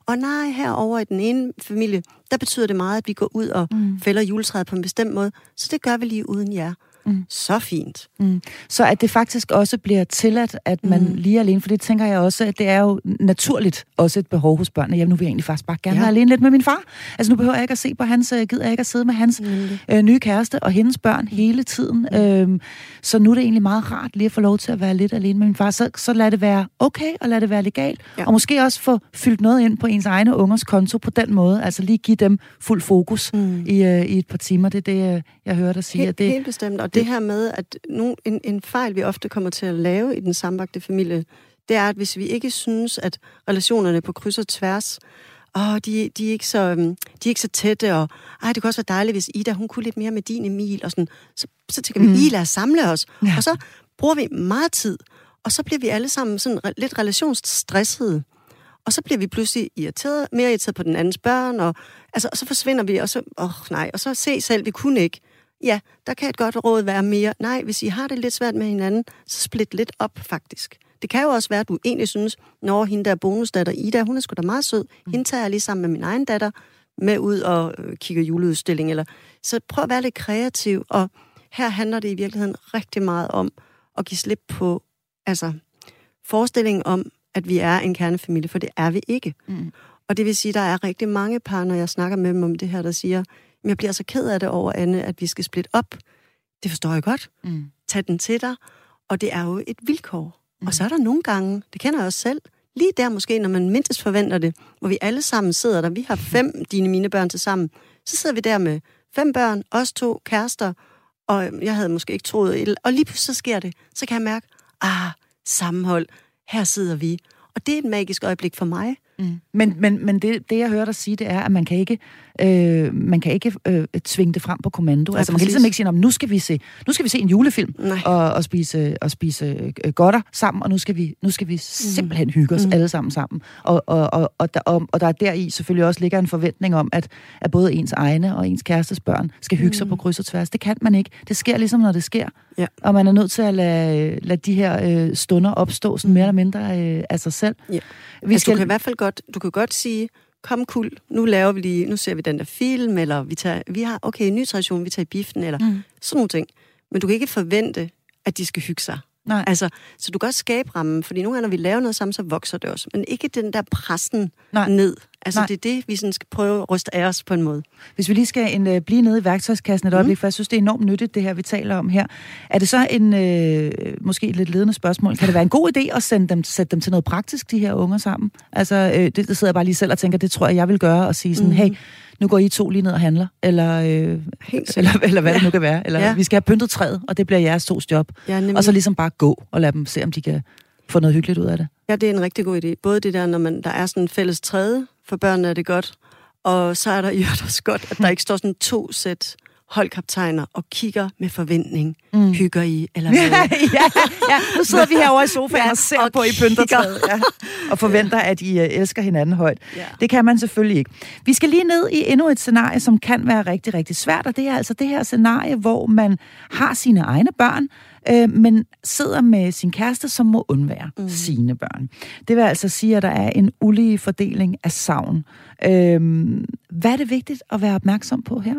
Og nej, herovre i den ene familie, der betyder det meget, at vi går ud og mm. fælder juletræet på en bestemt måde. Så det gør vi lige uden jer. Mm. Så fint. Mm. Så at det faktisk også bliver tilladt, at man mm. lige er alene, for det tænker jeg også, at det er jo naturligt også et behov hos børnene. Jamen, nu vil jeg egentlig faktisk bare gerne ja. være alene lidt med min far. Altså, nu behøver jeg ikke at se på hans, gider jeg ikke at sidde med hans mm. øh, nye kæreste og hendes børn hele tiden. Mm. Øhm, så nu er det egentlig meget rart lige at få lov til at være lidt alene med min far. Så, så lad det være okay, og lad det være legalt. Ja. Og måske også få fyldt noget ind på ens egne ungers konto på den måde. Altså lige give dem fuld fokus mm. i, øh, i et par timer. Det er det, jeg hører dig sige. Helt, at det, helt bestemt. Og det her med, at nogen, en, en fejl, vi ofte kommer til at lave i den sambagte familie, det er, at hvis vi ikke synes, at relationerne på kryds og tværs, åh, de, de, er ikke så, de er ikke så tætte, og ej, det kunne også være dejligt, hvis Ida, hun kunne lidt mere med din Emil, og sådan, så, så tænker vi, mm. I lad os samle os. Ja. Og så bruger vi meget tid, og så bliver vi alle sammen sådan re- lidt relationsstressede. Og så bliver vi pludselig irriteret, mere irriteret på den andens børn, og, altså, og så forsvinder vi, og så, åh nej, og så se selv, vi kunne ikke. Ja, der kan et godt råd være mere. Nej, hvis I har det lidt svært med hinanden, så split lidt op, faktisk. Det kan jo også være, at du egentlig synes, når hende der bonusdatter Ida, hun er sgu da meget sød. Hende tager jeg lige sammen med min egen datter med ud og øh, kigger juleudstilling. Eller... Så prøv at være lidt kreativ, og her handler det i virkeligheden rigtig meget om at give slip på altså, forestillingen om, at vi er en kernefamilie, for det er vi ikke. Mm. Og det vil sige, at der er rigtig mange par, når jeg snakker med dem om det her, der siger, jeg bliver så ked af det over, Anne, at vi skal splitte op. Det forstår jeg godt. Mm. Tag den til dig. Og det er jo et vilkår. Mm. Og så er der nogle gange, det kender jeg også selv, lige der måske, når man mindst forventer det, hvor vi alle sammen sidder der, vi har fem dine mine børn til sammen, så sidder vi der med fem børn, os to kærester, og jeg havde måske ikke troet, og lige pludselig så sker det. Så kan jeg mærke, ah, sammenhold, her sidder vi. Og det er et magisk øjeblik for mig. Mm. Men, men, men det, det, jeg hører dig sige, det er, at man kan ikke, øh, man kan ikke øh, tvinge det frem på kommando. Ja, altså, man kan ligesom ikke sige, nu skal vi se, nu skal vi se en julefilm og, og spise, og spise øh, godter sammen, og nu skal vi, nu skal vi simpelthen hygge os mm. alle sammen sammen. Og, og, og, og, der, og, og der er deri selvfølgelig også ligger en forventning om, at, at både ens egne og ens kærestes børn skal hygge mm. sig på kryds og tværs. Det kan man ikke. Det sker ligesom, når det sker. Ja. Og man er nødt til at lade, lade de her øh, stunder opstå sådan mere eller mindre øh, af sig selv. Ja. Vi altså, skal... Du kan i hvert fald godt, du kan godt sige, kom kul, nu laver vi lige, nu ser vi den der film, eller vi tager, vi har, okay, en ny tradition, vi tager i biffen, eller mm. sådan nogle ting. Men du kan ikke forvente, at de skal hygge sig. Nej. Altså, så du kan også skabe rammen, fordi nogle gange, når vi laver noget sammen, så vokser det også. Men ikke den der pressen Nej. ned. Altså, Nej. det er det, vi sådan skal prøve at ryste af os på en måde. Hvis vi lige skal en, uh, blive nede i værktøjskassen et øjeblik, mm. for jeg synes, det er enormt nyttigt, det her, vi taler om her. Er det så en, uh, måske et lidt ledende spørgsmål, kan det være en god idé at sende dem, sætte dem til noget praktisk, de her unger sammen? Altså, uh, det, det sidder jeg bare lige selv og tænker, det tror jeg, jeg vil gøre, og sige sådan, mm. hey, nu går I to lige ned og handler, eller, øh, eller, eller hvad ja. det nu kan være. Eller ja. vi skal have pyntet træet, og det bliver jeres tos job. Ja, og så ligesom bare gå og lade dem se, om de kan få noget hyggeligt ud af det. Ja, det er en rigtig god idé. Både det der, når man, der er sådan en fælles træde, for børnene er det godt, og så er der jo også godt, at der ikke står sådan to sæt holdkaptajner og kigger med forventning. Mm. Hygger I, eller hvad? ja, ja, nu sidder vi herovre i sofaen ja, og ser og på, I pynter træet, ja, og forventer, at I uh, elsker hinanden højt. Ja. Det kan man selvfølgelig ikke. Vi skal lige ned i endnu et scenarie, som kan være rigtig, rigtig svært, og det er altså det her scenarie, hvor man har sine egne børn, øh, men sidder med sin kæreste, som må undvære mm. sine børn. Det vil altså sige, at der er en ulige fordeling af savn. Øh, hvad er det vigtigt at være opmærksom på her?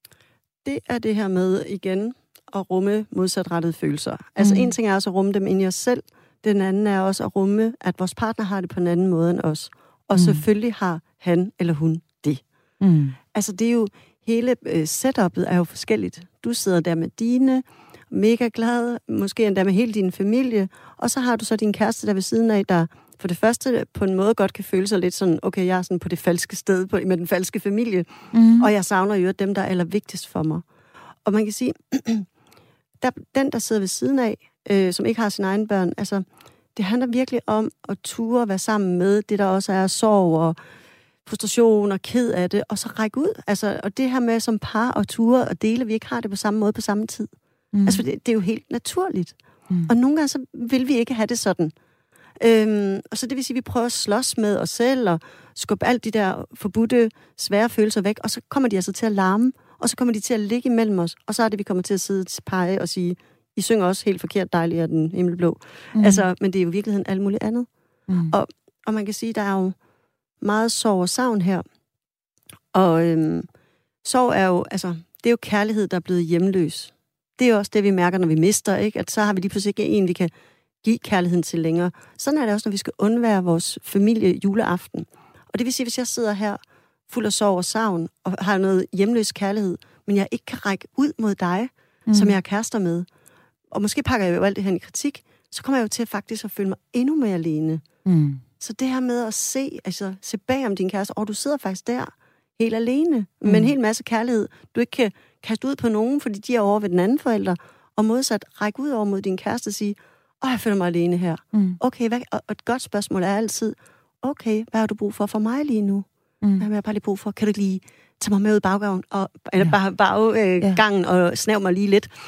Det er det her med, igen, at rumme modsatrettede følelser. Altså, mm. en ting er også at rumme dem ind i os selv. Den anden er også at rumme, at vores partner har det på en anden måde end os. Og mm. selvfølgelig har han eller hun det. Mm. Altså, det er jo, hele uh, setup'et er jo forskelligt. Du sidder der med dine, mega glad, måske endda med hele din familie, og så har du så din kæreste der ved siden af, der for det første på en måde godt kan føle sig lidt sådan, okay, jeg er sådan på det falske sted på, med den falske familie, mm. og jeg savner jo dem, der er allervigtigst for mig. Og man kan sige, der, den, der sidder ved siden af, øh, som ikke har sine egne børn, altså, det handler virkelig om at ture at være sammen med det, der også er sorg og frustration og ked af det, og så række ud. Altså, og det her med som par og ture og dele, vi ikke har det på samme måde på samme tid. Mm. Altså, det, det er jo helt naturligt. Mm. Og nogle gange så vil vi ikke have det sådan. Øhm, og så det vil sige, at vi prøver at slås med os selv og skubbe alt de der forbudte, svære følelser væk, og så kommer de altså til at larme, og så kommer de til at ligge imellem os, og så er det, vi kommer til at sidde og pege og sige, I synger også helt forkert dejligt af den himmelblå. Mm. Altså, men det er jo i virkeligheden alt muligt andet. Mm. Og, og man kan sige, der er jo meget sorg og savn her. Og øhm, sorg er jo, altså, det er jo kærlighed, der er blevet hjemløs. Det er jo også det, vi mærker, når vi mister, ikke? At så har vi lige pludselig ikke en, vi kan give kærligheden til længere. Sådan er det også, når vi skal undvære vores familie juleaften. Og det vil sige, hvis jeg sidder her fuld af sorg og savn, og har noget hjemløs kærlighed, men jeg ikke kan række ud mod dig, mm. som jeg er kærester med, og måske pakker jeg jo alt det her i kritik, så kommer jeg jo til faktisk at føle mig endnu mere alene. Mm. Så det her med at se, altså se bag om din kæreste, og du sidder faktisk der, helt alene, mm. med en hel masse kærlighed, du ikke kan kaste ud på nogen, fordi de er over ved den anden forælder, og modsat række ud over mod din kæreste og sige, åh, jeg føler mig alene her. Mm. Okay, hvad, og et godt spørgsmål er altid, okay, hvad har du brug for for mig lige nu? Mm. Hvad har jeg bare lige brug for? Kan du ikke lige tage mig med ud i baggangen, og, eller ja. bare baggangen øh, ja. og snæv mig lige lidt?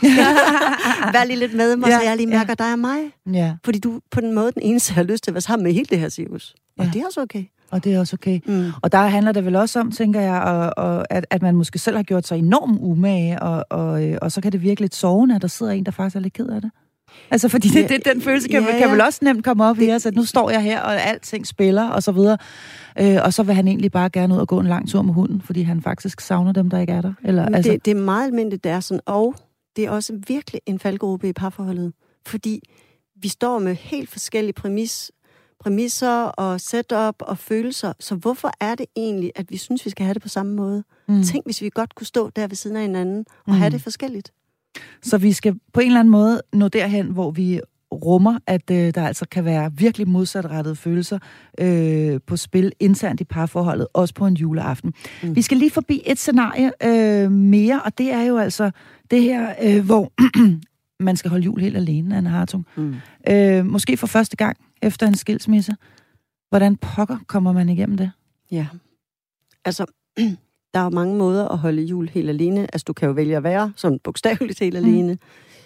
Vær lige lidt med mig, ja. så jeg lige mærker, ja. dig og mig. Ja. Fordi du på den måde den eneste har lyst til at være sammen med hele det her cirkus. Og ja. det er også okay. Og det er også okay. Mm. Og der handler det vel også om, tænker jeg, og, og, at, at man måske selv har gjort sig enormt umage, og, og, og så kan det virke lidt sovende, at der sidder en, der faktisk er lidt ked af det. Altså, fordi det, det, den følelse kan, ja, ja. kan vel også nemt komme op det, i os, at nu står jeg her, og alting spiller, og så videre. Øh, og så vil han egentlig bare gerne ud og gå en lang tur med hunden, fordi han faktisk savner dem, der ikke er der. Eller, altså... det, det er meget almindeligt, det er sådan, og det er også virkelig en faldgruppe i parforholdet. Fordi vi står med helt forskellige præmis, præmisser og setup og følelser, så hvorfor er det egentlig, at vi synes, vi skal have det på samme måde? Mm. Tænk, hvis vi godt kunne stå der ved siden af hinanden og mm. have det forskelligt. Så vi skal på en eller anden måde nå derhen, hvor vi rummer, at øh, der altså kan være virkelig modsatrettede følelser øh, på spil internt i parforholdet, også på en juleaften. Mm. Vi skal lige forbi et scenarie øh, mere, og det er jo altså det her, øh, hvor man skal holde jul helt alene, Anne Hartung. Mm. Øh, måske for første gang efter en skilsmisse. Hvordan pokker kommer man igennem det? Ja, altså... Der er jo mange måder at holde jul helt alene. Altså, du kan jo vælge at være sådan bogstaveligt helt mm. alene.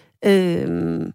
Øhm,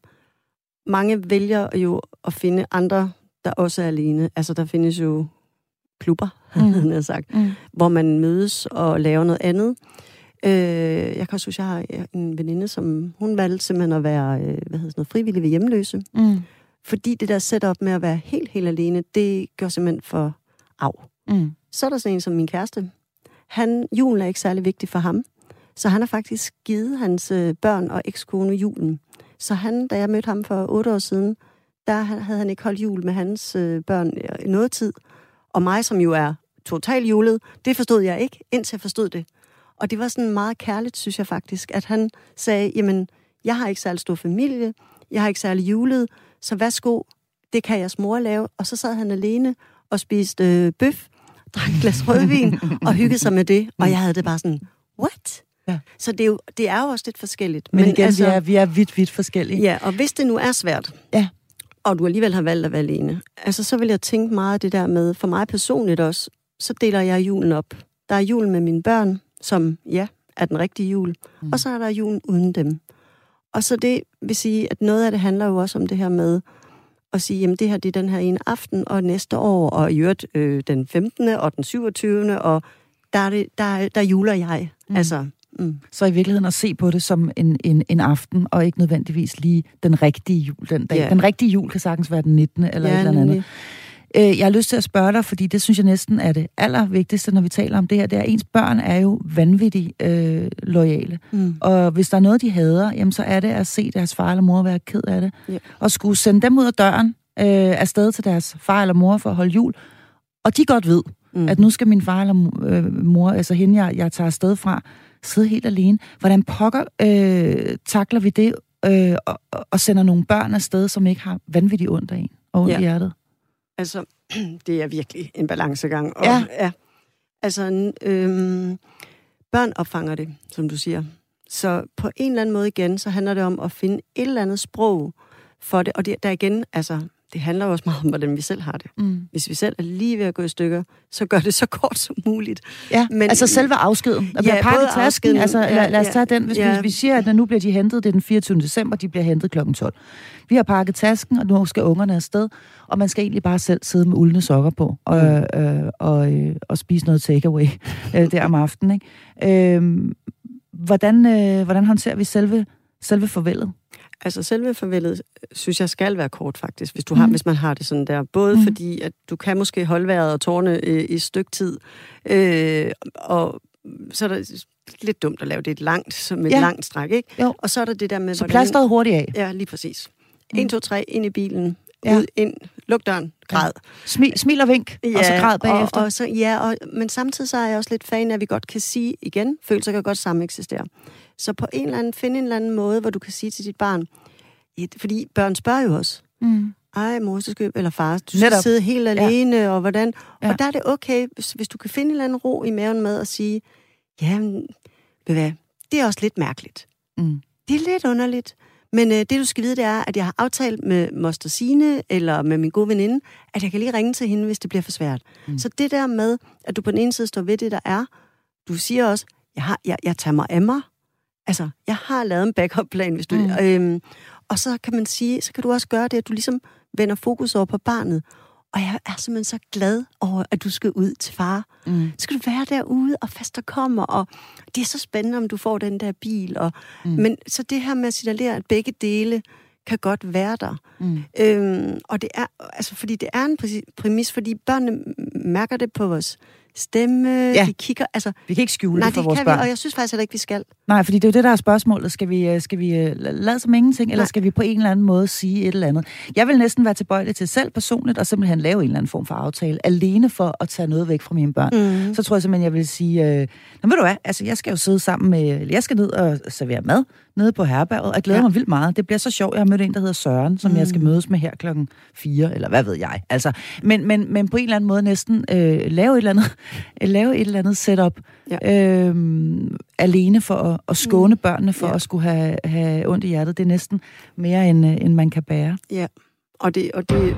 mange vælger jo at finde andre, der også er alene. Altså, der findes jo klubber, mm. havde jeg sagt, mm. hvor man mødes og laver noget andet. Øh, jeg kan også huske, jeg har en veninde, som hun valgte simpelthen at være hvad hedder sådan noget, frivillig ved hjemløse. Mm. Fordi det der setup med at være helt, helt alene, det gør simpelthen for af. Mm. Så er der sådan en som min kæreste. Han, julen er ikke særlig vigtig for ham, så han har faktisk givet hans øh, børn og ekskone julen. Så han, da jeg mødte ham for otte år siden, der havde han ikke holdt jul med hans øh, børn i noget tid. Og mig, som jo er totalt julet, det forstod jeg ikke, indtil jeg forstod det. Og det var sådan meget kærligt, synes jeg faktisk, at han sagde, jamen, jeg har ikke særlig stor familie, jeg har ikke særlig julet, så værsgo, det kan jeres mor lave. Og så sad han alene og spiste øh, bøf, drak et glas rødvin og hyggede sig med det. Og jeg havde det bare sådan, what? Ja. Så det er, jo, det er jo også lidt forskelligt. Men, men igen, altså, vi, er, vi er vidt, vidt forskellige. Ja, og hvis det nu er svært, ja. og du alligevel har valgt at være alene, altså så vil jeg tænke meget det der med, for mig personligt også, så deler jeg julen op. Der er julen med mine børn, som ja, er den rigtige jul. Mm. Og så er der julen uden dem. Og så det vil sige, at noget af det handler jo også om det her med, og sige, jamen det her, det er den her ene aften, og næste år, og i øvrigt øh, den femtende og den syvogtyvende og der, er det, der, der juler jeg. Mm. Altså, mm. Så i virkeligheden at se på det som en, en, en aften, og ikke nødvendigvis lige den rigtige jul den dag. Yeah. Den rigtige jul kan sagtens være den nittende eller ja, et eller andet. Øh, jeg har lyst til at spørge dig, fordi det synes jeg næsten er det allervigtigste, når vi taler om det her, det er, at ens børn er jo vanvittigt øh, loyale. Mm. Og hvis der er noget, de hader, jamen, så er det at se deres far eller mor være ked af det. Yeah. Og skulle sende dem ud af døren, øh, afsted til deres far eller mor for at holde jul. Og de godt ved, mm. at nu skal min far eller øh, mor, altså hende, jeg, jeg tager afsted fra, sidde helt alene. Hvordan pokker øh, takler vi det øh, og, og sender nogle børn afsted, som ikke har vanvittigt ondt af en og ondt yeah. i hjertet? Altså, det er virkelig en balancegang. Og, ja. ja. Altså, øhm, børn opfanger det, som du siger. Så på en eller anden måde igen, så handler det om at finde et eller andet sprog for det. Og det, der igen, altså, det handler jo også meget om, hvordan vi selv har det. Mm. Hvis vi selv er lige ved at gå i stykker, så gør det så kort som muligt. Ja, men, altså selve afskeden. Der bliver ja, pakket tasken. Altså, ja, lad, lad os tage ja, den. Hvis ja. vi, vi siger, at nu bliver de hentet, det er den fireogtyvende december, de bliver hentet klokken tolv. Vi har pakket tasken, og nu skal ungerne afsted, og man skal egentlig bare selv sidde med uldne sokker på, og, mm. øh, og, øh, og spise noget takeaway øh, der om aftenen. Ikke? Øh, hvordan, øh, hvordan håndterer vi selve, selve farvelet? Altså selve farvelet, synes jeg, skal være kort faktisk, hvis, du har, mm. hvis man har det sådan der. Både mm. fordi, at du kan måske holde vejret og tårne øh, i et stykke tid, øh, og så er det lidt dumt at lave det et langt, som et ja. langt stræk, ikke? Jo. Og så er der det der med... Så plasteret hurtigt af. Ja, lige præcis. Mm. en, to, tre, ind i bilen, ja. ud, ind, luk døren, græd. Ja. Smil, smil og vink, ja, og så græd bagefter. Og, og så, ja, og, men samtidig så er jeg også lidt fan af, at vi godt kan sige igen, følelser kan godt sameksistere. Så på en eller anden, finde en eller anden måde, hvor du kan sige til dit barn, fordi børn spørger jo også, mm. ej, mor, så skal, eller far, du skal Netop. sidde helt alene, ja. og hvordan. Ja. Og der er det okay, hvis, hvis du kan finde en eller anden ro i maven med at sige, ja, ved hvad, det er også lidt mærkeligt. Mm. Det er lidt underligt. Men øh, det, du skal vide, det er, at jeg har aftalt med moster Signe, eller med min gode veninde, at jeg kan lige ringe til hende, hvis det bliver for svært. Mm. Så det der med, at du på den ene side står ved det, der er, du siger også, jeg, har, jeg, jeg tager mig af mig. Altså, jeg har lavet en backup-plan, hvis du... Mm. Øhm, og så kan man sige, så kan du også gøre det, at du ligesom vender fokus over på barnet. Og jeg er simpelthen så glad over, at du skal ud til far. Mm. Så skal du være derude, og faster kommer, og det er så spændende, om du får den der bil. Og, mm. Men så det her med at signalere, at begge dele kan godt være der. Mm. Øhm, og det er, altså, fordi det er en præmis, fordi børnene mærker det på vores stemme, ja. de kigger, altså... Vi kan ikke skjule nej, det for det vores kan børn. Vi, og jeg synes faktisk heller ikke, vi skal. Nej, fordi det er jo det, der er spørgsmålet. Skal vi, skal vi lade som ingenting, nej. eller skal vi på en eller anden måde sige et eller andet? Jeg vil næsten være tilbøjelig til selv personligt, og simpelthen lave en eller anden form for aftale, alene for at tage noget væk fra mine børn. Mm. Så tror jeg simpelthen, jeg vil sige, øh, nå, ved du hvad, altså jeg skal jo sidde sammen med, jeg skal ned og servere mad, nede på herberget, og jeg glæder ja. mig vildt meget. Det bliver så sjovt. Jeg har mødt en, der hedder Søren, som mm. jeg skal mødes med her klokken fire, eller hvad ved jeg. Altså, men, men, men på en eller anden måde næsten øh, lave et eller andet, lave et eller andet setup ja. øh, alene for at, at skåne mm. børnene for ja. at skulle have, have ondt i hjertet. Det er næsten mere, end, end man kan bære. Ja, og det... Og det...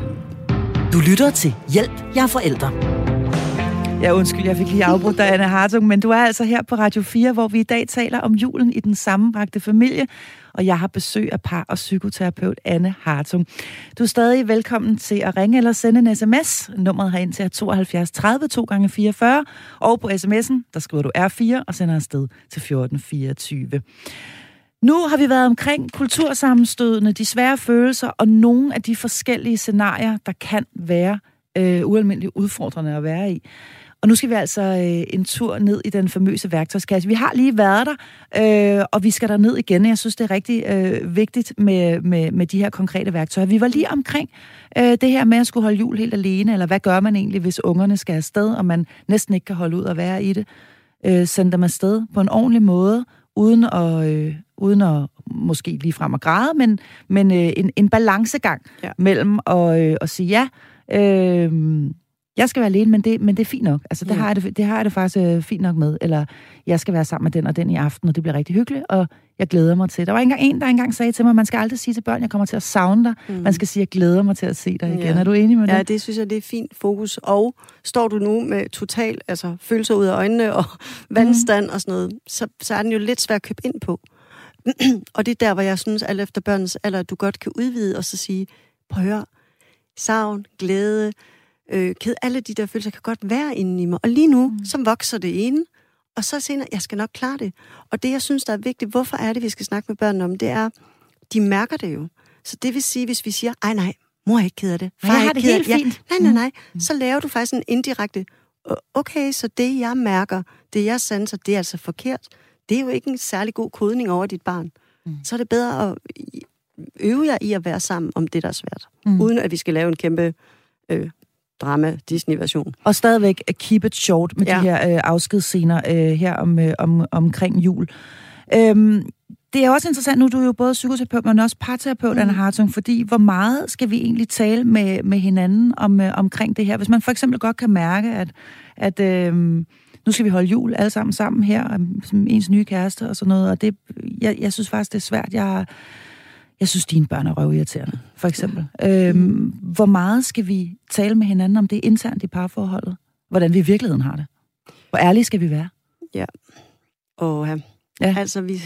Du lytter til Hjælp, jeg er forældre. Ja, undskyld, jeg fik lige afbrudt dig, Anne Hartung, men du er altså her på Radio fire, hvor vi i dag taler om julen i den sammenbragte familie, og jeg har besøg af par- og psykoterapeut Anne Hartung. Du er stadig velkommen til at ringe eller sende en sms. Nummeret herind til er tooghalvfjerds tredive to gange fireogfyrre, og på sms'en, der skriver du R fire og sender afsted til fjorten fireogtyve. Nu har vi været omkring kultursammenstødene, de svære følelser og nogle af de forskellige scenarier, der kan være øh, ualmindeligt udfordrende at være i. Og nu skal vi altså øh, en tur ned i den famøse værktøjskasse. Vi har lige været der, øh, og vi skal der ned igen. Jeg synes, det er rigtig øh, vigtigt med, med, med de her konkrete værktøjer. Vi var lige omkring øh, det her med at skulle holde jul helt alene, eller hvad gør man egentlig, hvis ungerne skal afsted, og man næsten ikke kan holde ud og være i det. Øh, sende dem afsted på en ordentlig måde, uden at, øh, uden at måske lige frem og græde, men, men øh, en, en balancegang ja. mellem at, øh, at sige ja, øh, jeg skal være alene, men det, men det er fint nok. Altså, det, ja. har jeg det, det har jeg det faktisk øh, fint nok med. Eller, jeg skal være sammen med den og den i aften, og det bliver rigtig hyggeligt, og jeg glæder mig til. Der var engang en, der engang sagde til mig, man skal aldrig sige til børn, jeg kommer til at savne dig. Mm. Man skal sige, jeg glæder mig til at se dig igen. Ja. Er du enig med det? Ja, det synes jeg, det er fint fokus. Og står du nu med total altså, følelser ud af øjnene og vandstand mm. og sådan noget, så, så er den jo lidt svær at købe ind på. Og det er der, hvor jeg synes, alt efter børnens alder, du godt kan udvide og så sige, prøv at høre, savn, glæde, Øh, ked, alle de der følelser kan godt være inde i mig. Og lige nu, mm. så vokser det ene, og så senere, jeg skal nok klare det. Og det, jeg synes, der er vigtigt, hvorfor er det, vi skal snakke med børnene om, det er, de mærker det jo. Så det vil sige, hvis vi siger, ej nej, mor er ikke ked af det. Far jeg har det helt fint. Ja, nej, nej, nej. Mm. Så laver du faktisk en indirekte, okay, så det, jeg mærker, det, jeg sanser, det er altså forkert. Det er jo ikke en særlig god kodning over dit barn. Mm. Så er det bedre at øve jer i at være sammen om det, der er svært. Mm. Uden at vi skal lave en kæmpe... Øh, drama, Disney-version. Og stadigvæk keep it short med ja. de her øh, afskedsscener øh, her om, øh, om, omkring jul. Øhm, det er også interessant, nu du er jo både psykoterapeut, men også parterapeut, mm. Anne Hartung, fordi hvor meget skal vi egentlig tale med, med hinanden om, øh, omkring det her? Hvis man for eksempel godt kan mærke, at, at øh, nu skal vi holde jul alle sammen sammen her, som ens nye kæreste og sådan noget, og det, jeg, jeg synes faktisk, det er svært. Jeg Jeg synes, dine børn er røvirriterende, for eksempel. Ja. Øhm, hvor meget skal vi tale med hinanden om det internt i parforholdet? Hvordan vi i virkeligheden har det? Hvor ærlige skal vi være? Ja. Og ja. ja. Altså, vi...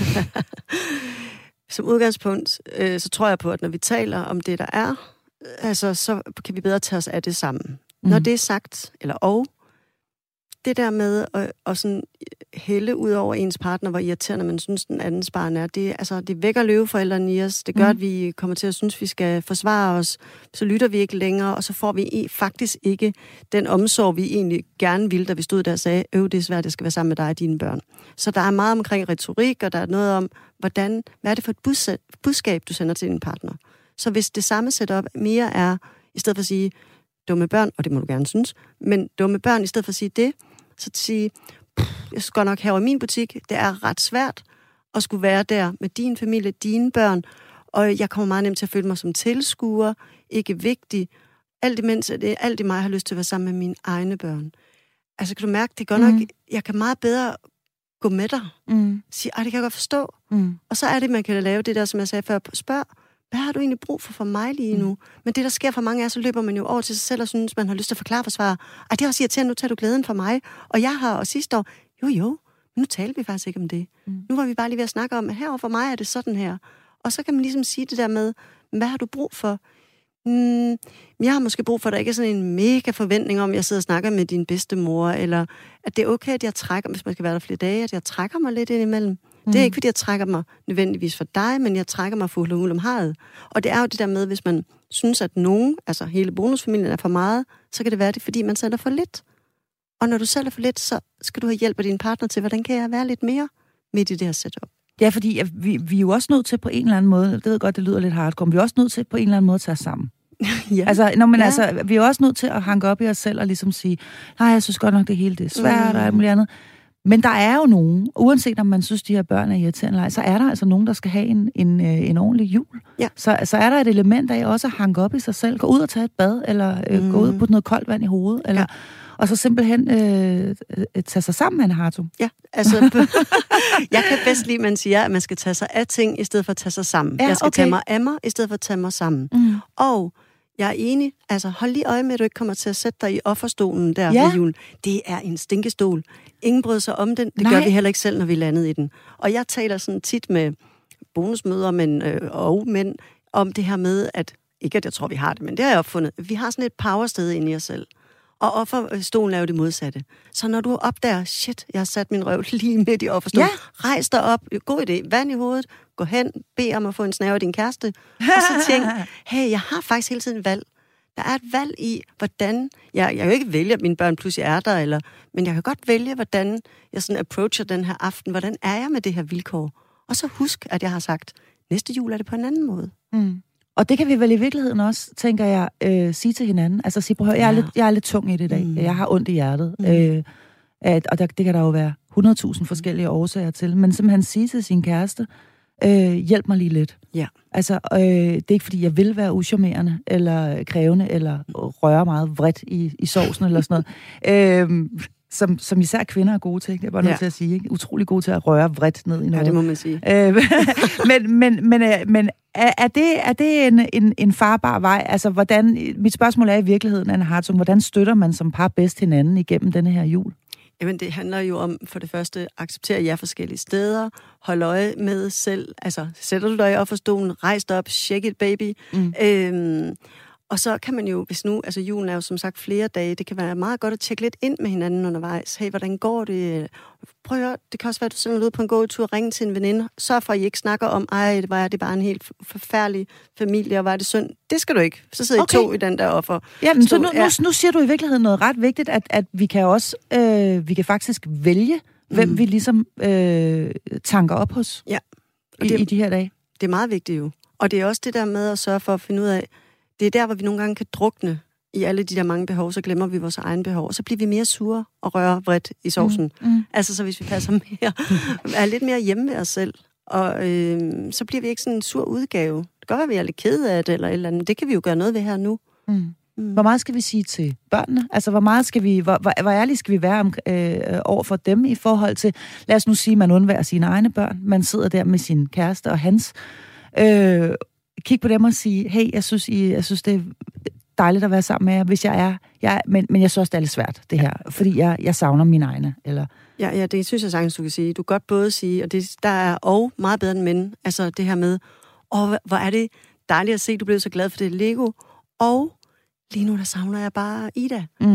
Som udgangspunkt, øh, så tror jeg på, at når vi taler om det, der er, altså, så kan vi bedre tage os af det sammen. Mm. Når det er sagt, eller og, det der med at, at sådan, hælde ud over ens partner, hvor irriterende man synes, den andens barn er. Det, altså, det vækker løveforældrene i os. Det gør, mm. at vi kommer til at synes, at vi skal forsvare os. Så lytter vi ikke længere, og så får vi faktisk ikke den omsorg, vi egentlig gerne ville, da vi stod der og sagde, øv, det er svært, jeg skal være sammen med dig og dine børn. Så der er meget omkring retorik, og der er noget om, hvordan, hvad er det for et budskab, du sender til din partner. Så hvis det samme setup mere er, i stedet for at sige, dumme børn, og det må du gerne synes, men dumme børn, i stedet for at sige det, så at sige, jeg skal nok have i min butik, det er ret svært at skulle være der med din familie, dine børn, og jeg kommer meget nemt til at føle mig som tilskuer, ikke vigtig, alt imens at det alt i mig har lyst til at være sammen med mine egne børn. Altså kan du mærke, det går nok, mm. jeg kan meget bedre gå med dig, mm. sige, ej, det kan jeg godt forstå, mm. og så er det, man kan lave det der, som jeg sagde før, spørg, hvad har du egentlig brug for for mig lige nu? Mm. Men det, der sker for mange af så løber man jo over til sig selv og synes, man har lyst til at forklare forsvare. Ej, det er også irriterende, nu tager du glæden for mig. Og jeg har, og sidste år, jo jo, men nu taler vi faktisk ikke om det. Mm. Nu var vi bare lige ved at snakke om, at herovre for mig er det sådan her. Og så kan man ligesom sige det der med, hvad har du brug for? Mm, jeg har måske brug for, at der ikke er sådan en mega forventning om, at jeg sidder og snakker med din bedstemor, eller at det er okay, at jeg trækker, hvis man skal være der flere dage, at jeg trækker mig lidt ind imellem. Mm. Det er ikke, fordi jeg trækker mig nødvendigvis for dig, men jeg trækker mig for hul om havet. Og det er jo det der med, hvis man synes, at nogen, altså hele bonusfamilien er for meget, så kan det være det, fordi man selv er for lidt. Og når du selv er for lidt, så skal du have hjælp af din partner til, hvordan kan jeg være lidt mere midt i det her setup. Ja, fordi ja, vi, vi er jo også nødt til på en eller anden måde, det ved godt, det lyder lidt hardcore, men vi er også nødt til på en eller anden måde at tage os sammen. ja. Altså, når man, ja. altså, vi er også nødt til at hanke op i os selv og ligesom sige, nej, jeg synes godt nok, det hele det er svært mm. og alt muligt andet. Men der er jo nogen, uanset om man synes, de her børn er irriterende eller ej, så er der altså nogen, der skal have en, en, en ordentlig jul. Ja. Så, så er der et element af også at hanke op i sig selv, gå ud og tage et bad, eller øh, mm. gå ud og putte noget koldt vand i hovedet, eller, ja. og så simpelthen øh, tage sig sammen med en Hartung. Ja, altså, jeg kan bedst lide, at man siger, at man skal tage sig af ting, i stedet for at tage sig sammen. Ja, jeg skal okay. tage mig af mig, i stedet for at tage mig sammen. Mm. Og jeg er enig, altså hold lige øje med, at du ikke kommer til at sætte dig i offerstolen der ja. ved julen. Det er en stinkestol. Ingen bryder sig om den. Det Nej. gør vi heller ikke selv, når vi er landet i den. Og jeg taler sådan tit med bonusmøder men, øh, og mænd om det her med, at, ikke at jeg tror, vi har det, men det har jeg opfundet. Vi har sådan et powersted inde i os selv. Og offerstolen er jo det modsatte. Så når du opdager, shit, jeg har sat min røv lige midt i offerstolen. Ja. Rejs dig op. God idé. Vand i hovedet. Gå hen. Bed om at få en snæver af din kæreste. Og så tænk, hey, jeg har faktisk hele tiden valg. Der er et valg i, hvordan... Jeg, jeg kan jo ikke vælge, at mine børn pludselig er der, eller, men jeg kan godt vælge, hvordan jeg sådan approacher den her aften. Hvordan er jeg med det her vilkår? Og så husk, at jeg har sagt, næste jul er det på en anden måde. Mm. Og det kan vi vel i virkeligheden også, tænker jeg, øh, sige til hinanden. Altså sige, prøv at høre, jeg er, ja. lidt, jeg er lidt tung i det i dag. Mm. Jeg har ondt i hjertet. Mm. Øh, at, og der, det kan der jo være hundrede tusind forskellige årsager til. Men simpelthen sige til sin kæreste, øh, hjælp mig lige lidt. Ja. Altså, øh, det er ikke, fordi jeg vil være uschammerende, eller krævende, eller røre meget vredt i, i sovsen, eller sådan noget. Øh, Som, som især kvinder er gode til, det er bare nødt ja. til at sige, ikke? Utrolig gode til at røre vredt ned i noget. Ja, det må man sige. men men, men, men er, er det, er det en, en, en farbar vej? Altså, hvordan, mit spørgsmål er i virkeligheden, Anne Hartung, hvordan støtter man som par bedst hinanden igennem denne her jul? Jamen, det handler jo om, for det første, acceptere jer forskellige steder, hold øje med selv, altså, sætter du dig i offerstolen, rejs dig op, shake it, baby. Mm. Øhm, Og så kan man jo, hvis nu, altså julen er jo som sagt flere dage, det kan være meget godt at tjekke lidt ind med hinanden undervejs. Hey, hvordan går det? Prøv at høre, det kan også være, at du sender ud på en gåtur, ringe til en veninde, sørg for, at I ikke snakker om, ej, det var det bare en helt forfærdelig familie, og var det synd? Det skal du ikke. Så sidder okay. I to i den der offer. Jamen, så nu, ja. nu, nu siger du i virkeligheden noget ret vigtigt, at, at vi kan også, øh, vi kan faktisk vælge, hvem mm. vi ligesom øh, tanker op hos ja. i, det, i de her dage. Det er meget vigtigt jo. Og det er også det der med at sørge for at finde ud af, det er der, hvor vi nogle gange kan drukne i alle de der mange behov, så glemmer vi vores egen behov, og så bliver vi mere sure og rører vredt i sovsen. Mm, mm. Altså, så hvis vi passer mere, er lidt mere hjemme ved os selv, og øh, så bliver vi ikke sådan en sur udgave. Det kan godt være, at vi er lidt kede af det, eller et eller andet. Det kan vi jo gøre noget ved her nu. Mm. Mm. Hvor meget skal vi sige til børnene? Altså, hvor meget skal vi, hvor, hvor, hvor ærlige skal vi være om, øh, over for dem i forhold til, lad os nu sige, at man undværer sine egne børn. Man sidder der med sin kæreste og hans. Øh, kig på dem og sige, hey, jeg synes, I, jeg synes det er dejligt at være sammen med jer, hvis jeg er, jeg, men, men jeg synes også, det er lidt svært, det her, fordi jeg, jeg savner mine egne, eller... Ja, ja, det synes jeg sagtens, du kan sige. Du kan godt både sige, og det der er og meget bedre end mænd, altså det her med, åh, hvor er det dejligt at se, du blev så glad for det Lego, og lige nu, der savner jeg bare Ida. Mm.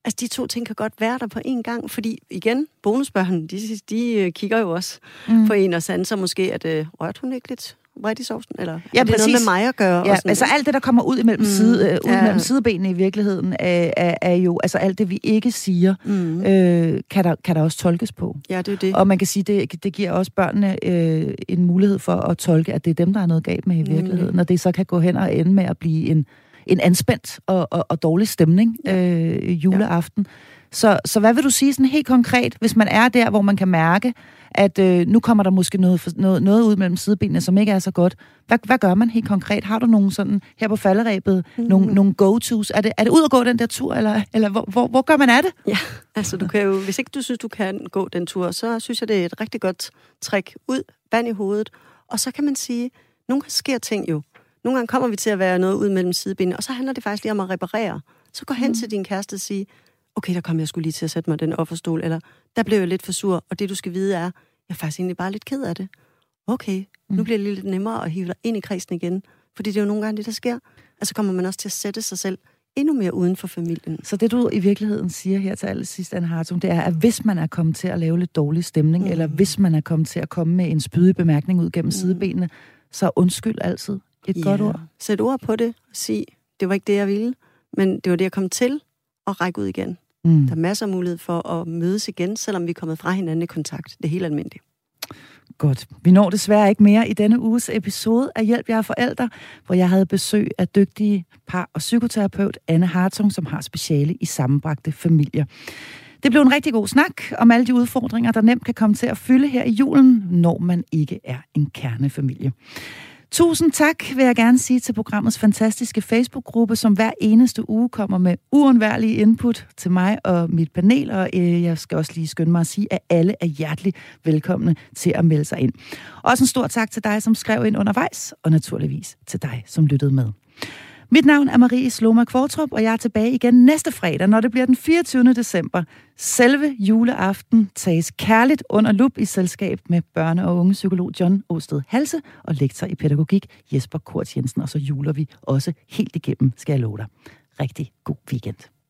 Altså, de to ting kan godt være der på én gang, fordi igen, bonusbørn, de, de kigger jo også mm. på en og sanser måske, at øh, rørte hun ikke lidt bredt i sovsen, eller ja, er det præcis. Noget med mig at gøre? Ja, og sådan altså alt det, der kommer ud imellem, mm. side, øh, ud ja. mellem sidebenene i virkeligheden, er, er, er jo, altså alt det, vi ikke siger, mm. øh, kan, der, kan der også tolkes på. Ja, det er det. Og man kan sige, det, det giver også børnene øh, en mulighed for at tolke, at det er dem, der er noget galt med i virkeligheden, mm. og det så kan gå hen og ende med at blive en, en anspændt og, og, og dårlig stemning øh, juleaften. Ja. Så, så hvad vil du sige sådan helt konkret, hvis man er der, hvor man kan mærke, at øh, nu kommer der måske noget, noget, noget ud mellem sidebenene, som ikke er så godt. Hvad, hvad gør man helt konkret? Har du nogen sådan her på falderæbet, mm. nogle, nogle go-tos? Er det, er det ud at gå den der tur, eller, eller hvor, hvor, hvor gør man af det? Ja, altså du kan jo, hvis ikke du synes, du kan gå den tur, så synes jeg, det er et rigtig godt trick. Ud, vand i hovedet, og så kan man sige, nogle gange sker ting jo. Nogle gange kommer vi til at være noget ud mellem sidebenene, og så handler det faktisk lige om at reparere. Så gå hen mm. til din kæreste og sige, okay, der kom jeg skulle lige til at sætte mig den offerstol, eller der blev jeg lidt for sur, og det du skal vide er, jeg er faktisk egentlig bare lidt ked af det. Okay, nu mm. bliver det lidt nemmere at hive dig ind i kredsen igen, fordi det er jo nogle gange det, der sker. Altså kommer man også til at sætte sig selv endnu mere uden for familien. Så det du i virkeligheden siger her til allersidst, Anne Hartung, det er, at hvis man er kommet til at lave lidt dårlig stemning, mm. eller hvis man er kommet til at komme med en spydig bemærkning ud gennem mm. sidebenene, så undskyld altid et yeah. godt ord. Sæt ord på det og sig, det var ikke det, jeg ville, men det var det, jeg kom til, og række ud igen. Mm. Der er masser af mulighed for at mødes igen, selvom vi er kommet fra hinanden i kontakt. Det er helt almindeligt. Godt. Vi når desværre ikke mere i denne uges episode af Hjælp jer forældre, hvor jeg havde besøg af dygtige par- og psykoterapeut Anne Hartung, som har speciale i sammenbragte familier. Det blev en rigtig god snak om alle de udfordringer, der nemt kan komme til at fylde her i julen, når man ikke er en kernefamilie. Tusind tak vil jeg gerne sige til programmets fantastiske Facebook-gruppe, som hver eneste uge kommer med uundværlige input til mig og mit panel, og øh, jeg skal også lige skynde mig at sige, at alle er hjertelig velkomne til at melde sig ind. Også en stor tak til dig, som skrev ind undervejs, og naturligvis til dig, som lyttede med. Mit navn er Marie Sloma Kvartrup, og jeg er tilbage igen næste fredag, når det bliver den fireogtyvende december. Selve juleaften tages kærligt under lup i selskab med børne- og ungepsykolog John Åsted Halse og lektor i pædagogik Jesper Kort Jensen, og så juler vi også helt igennem, skal jeg love dig. Rigtig god weekend.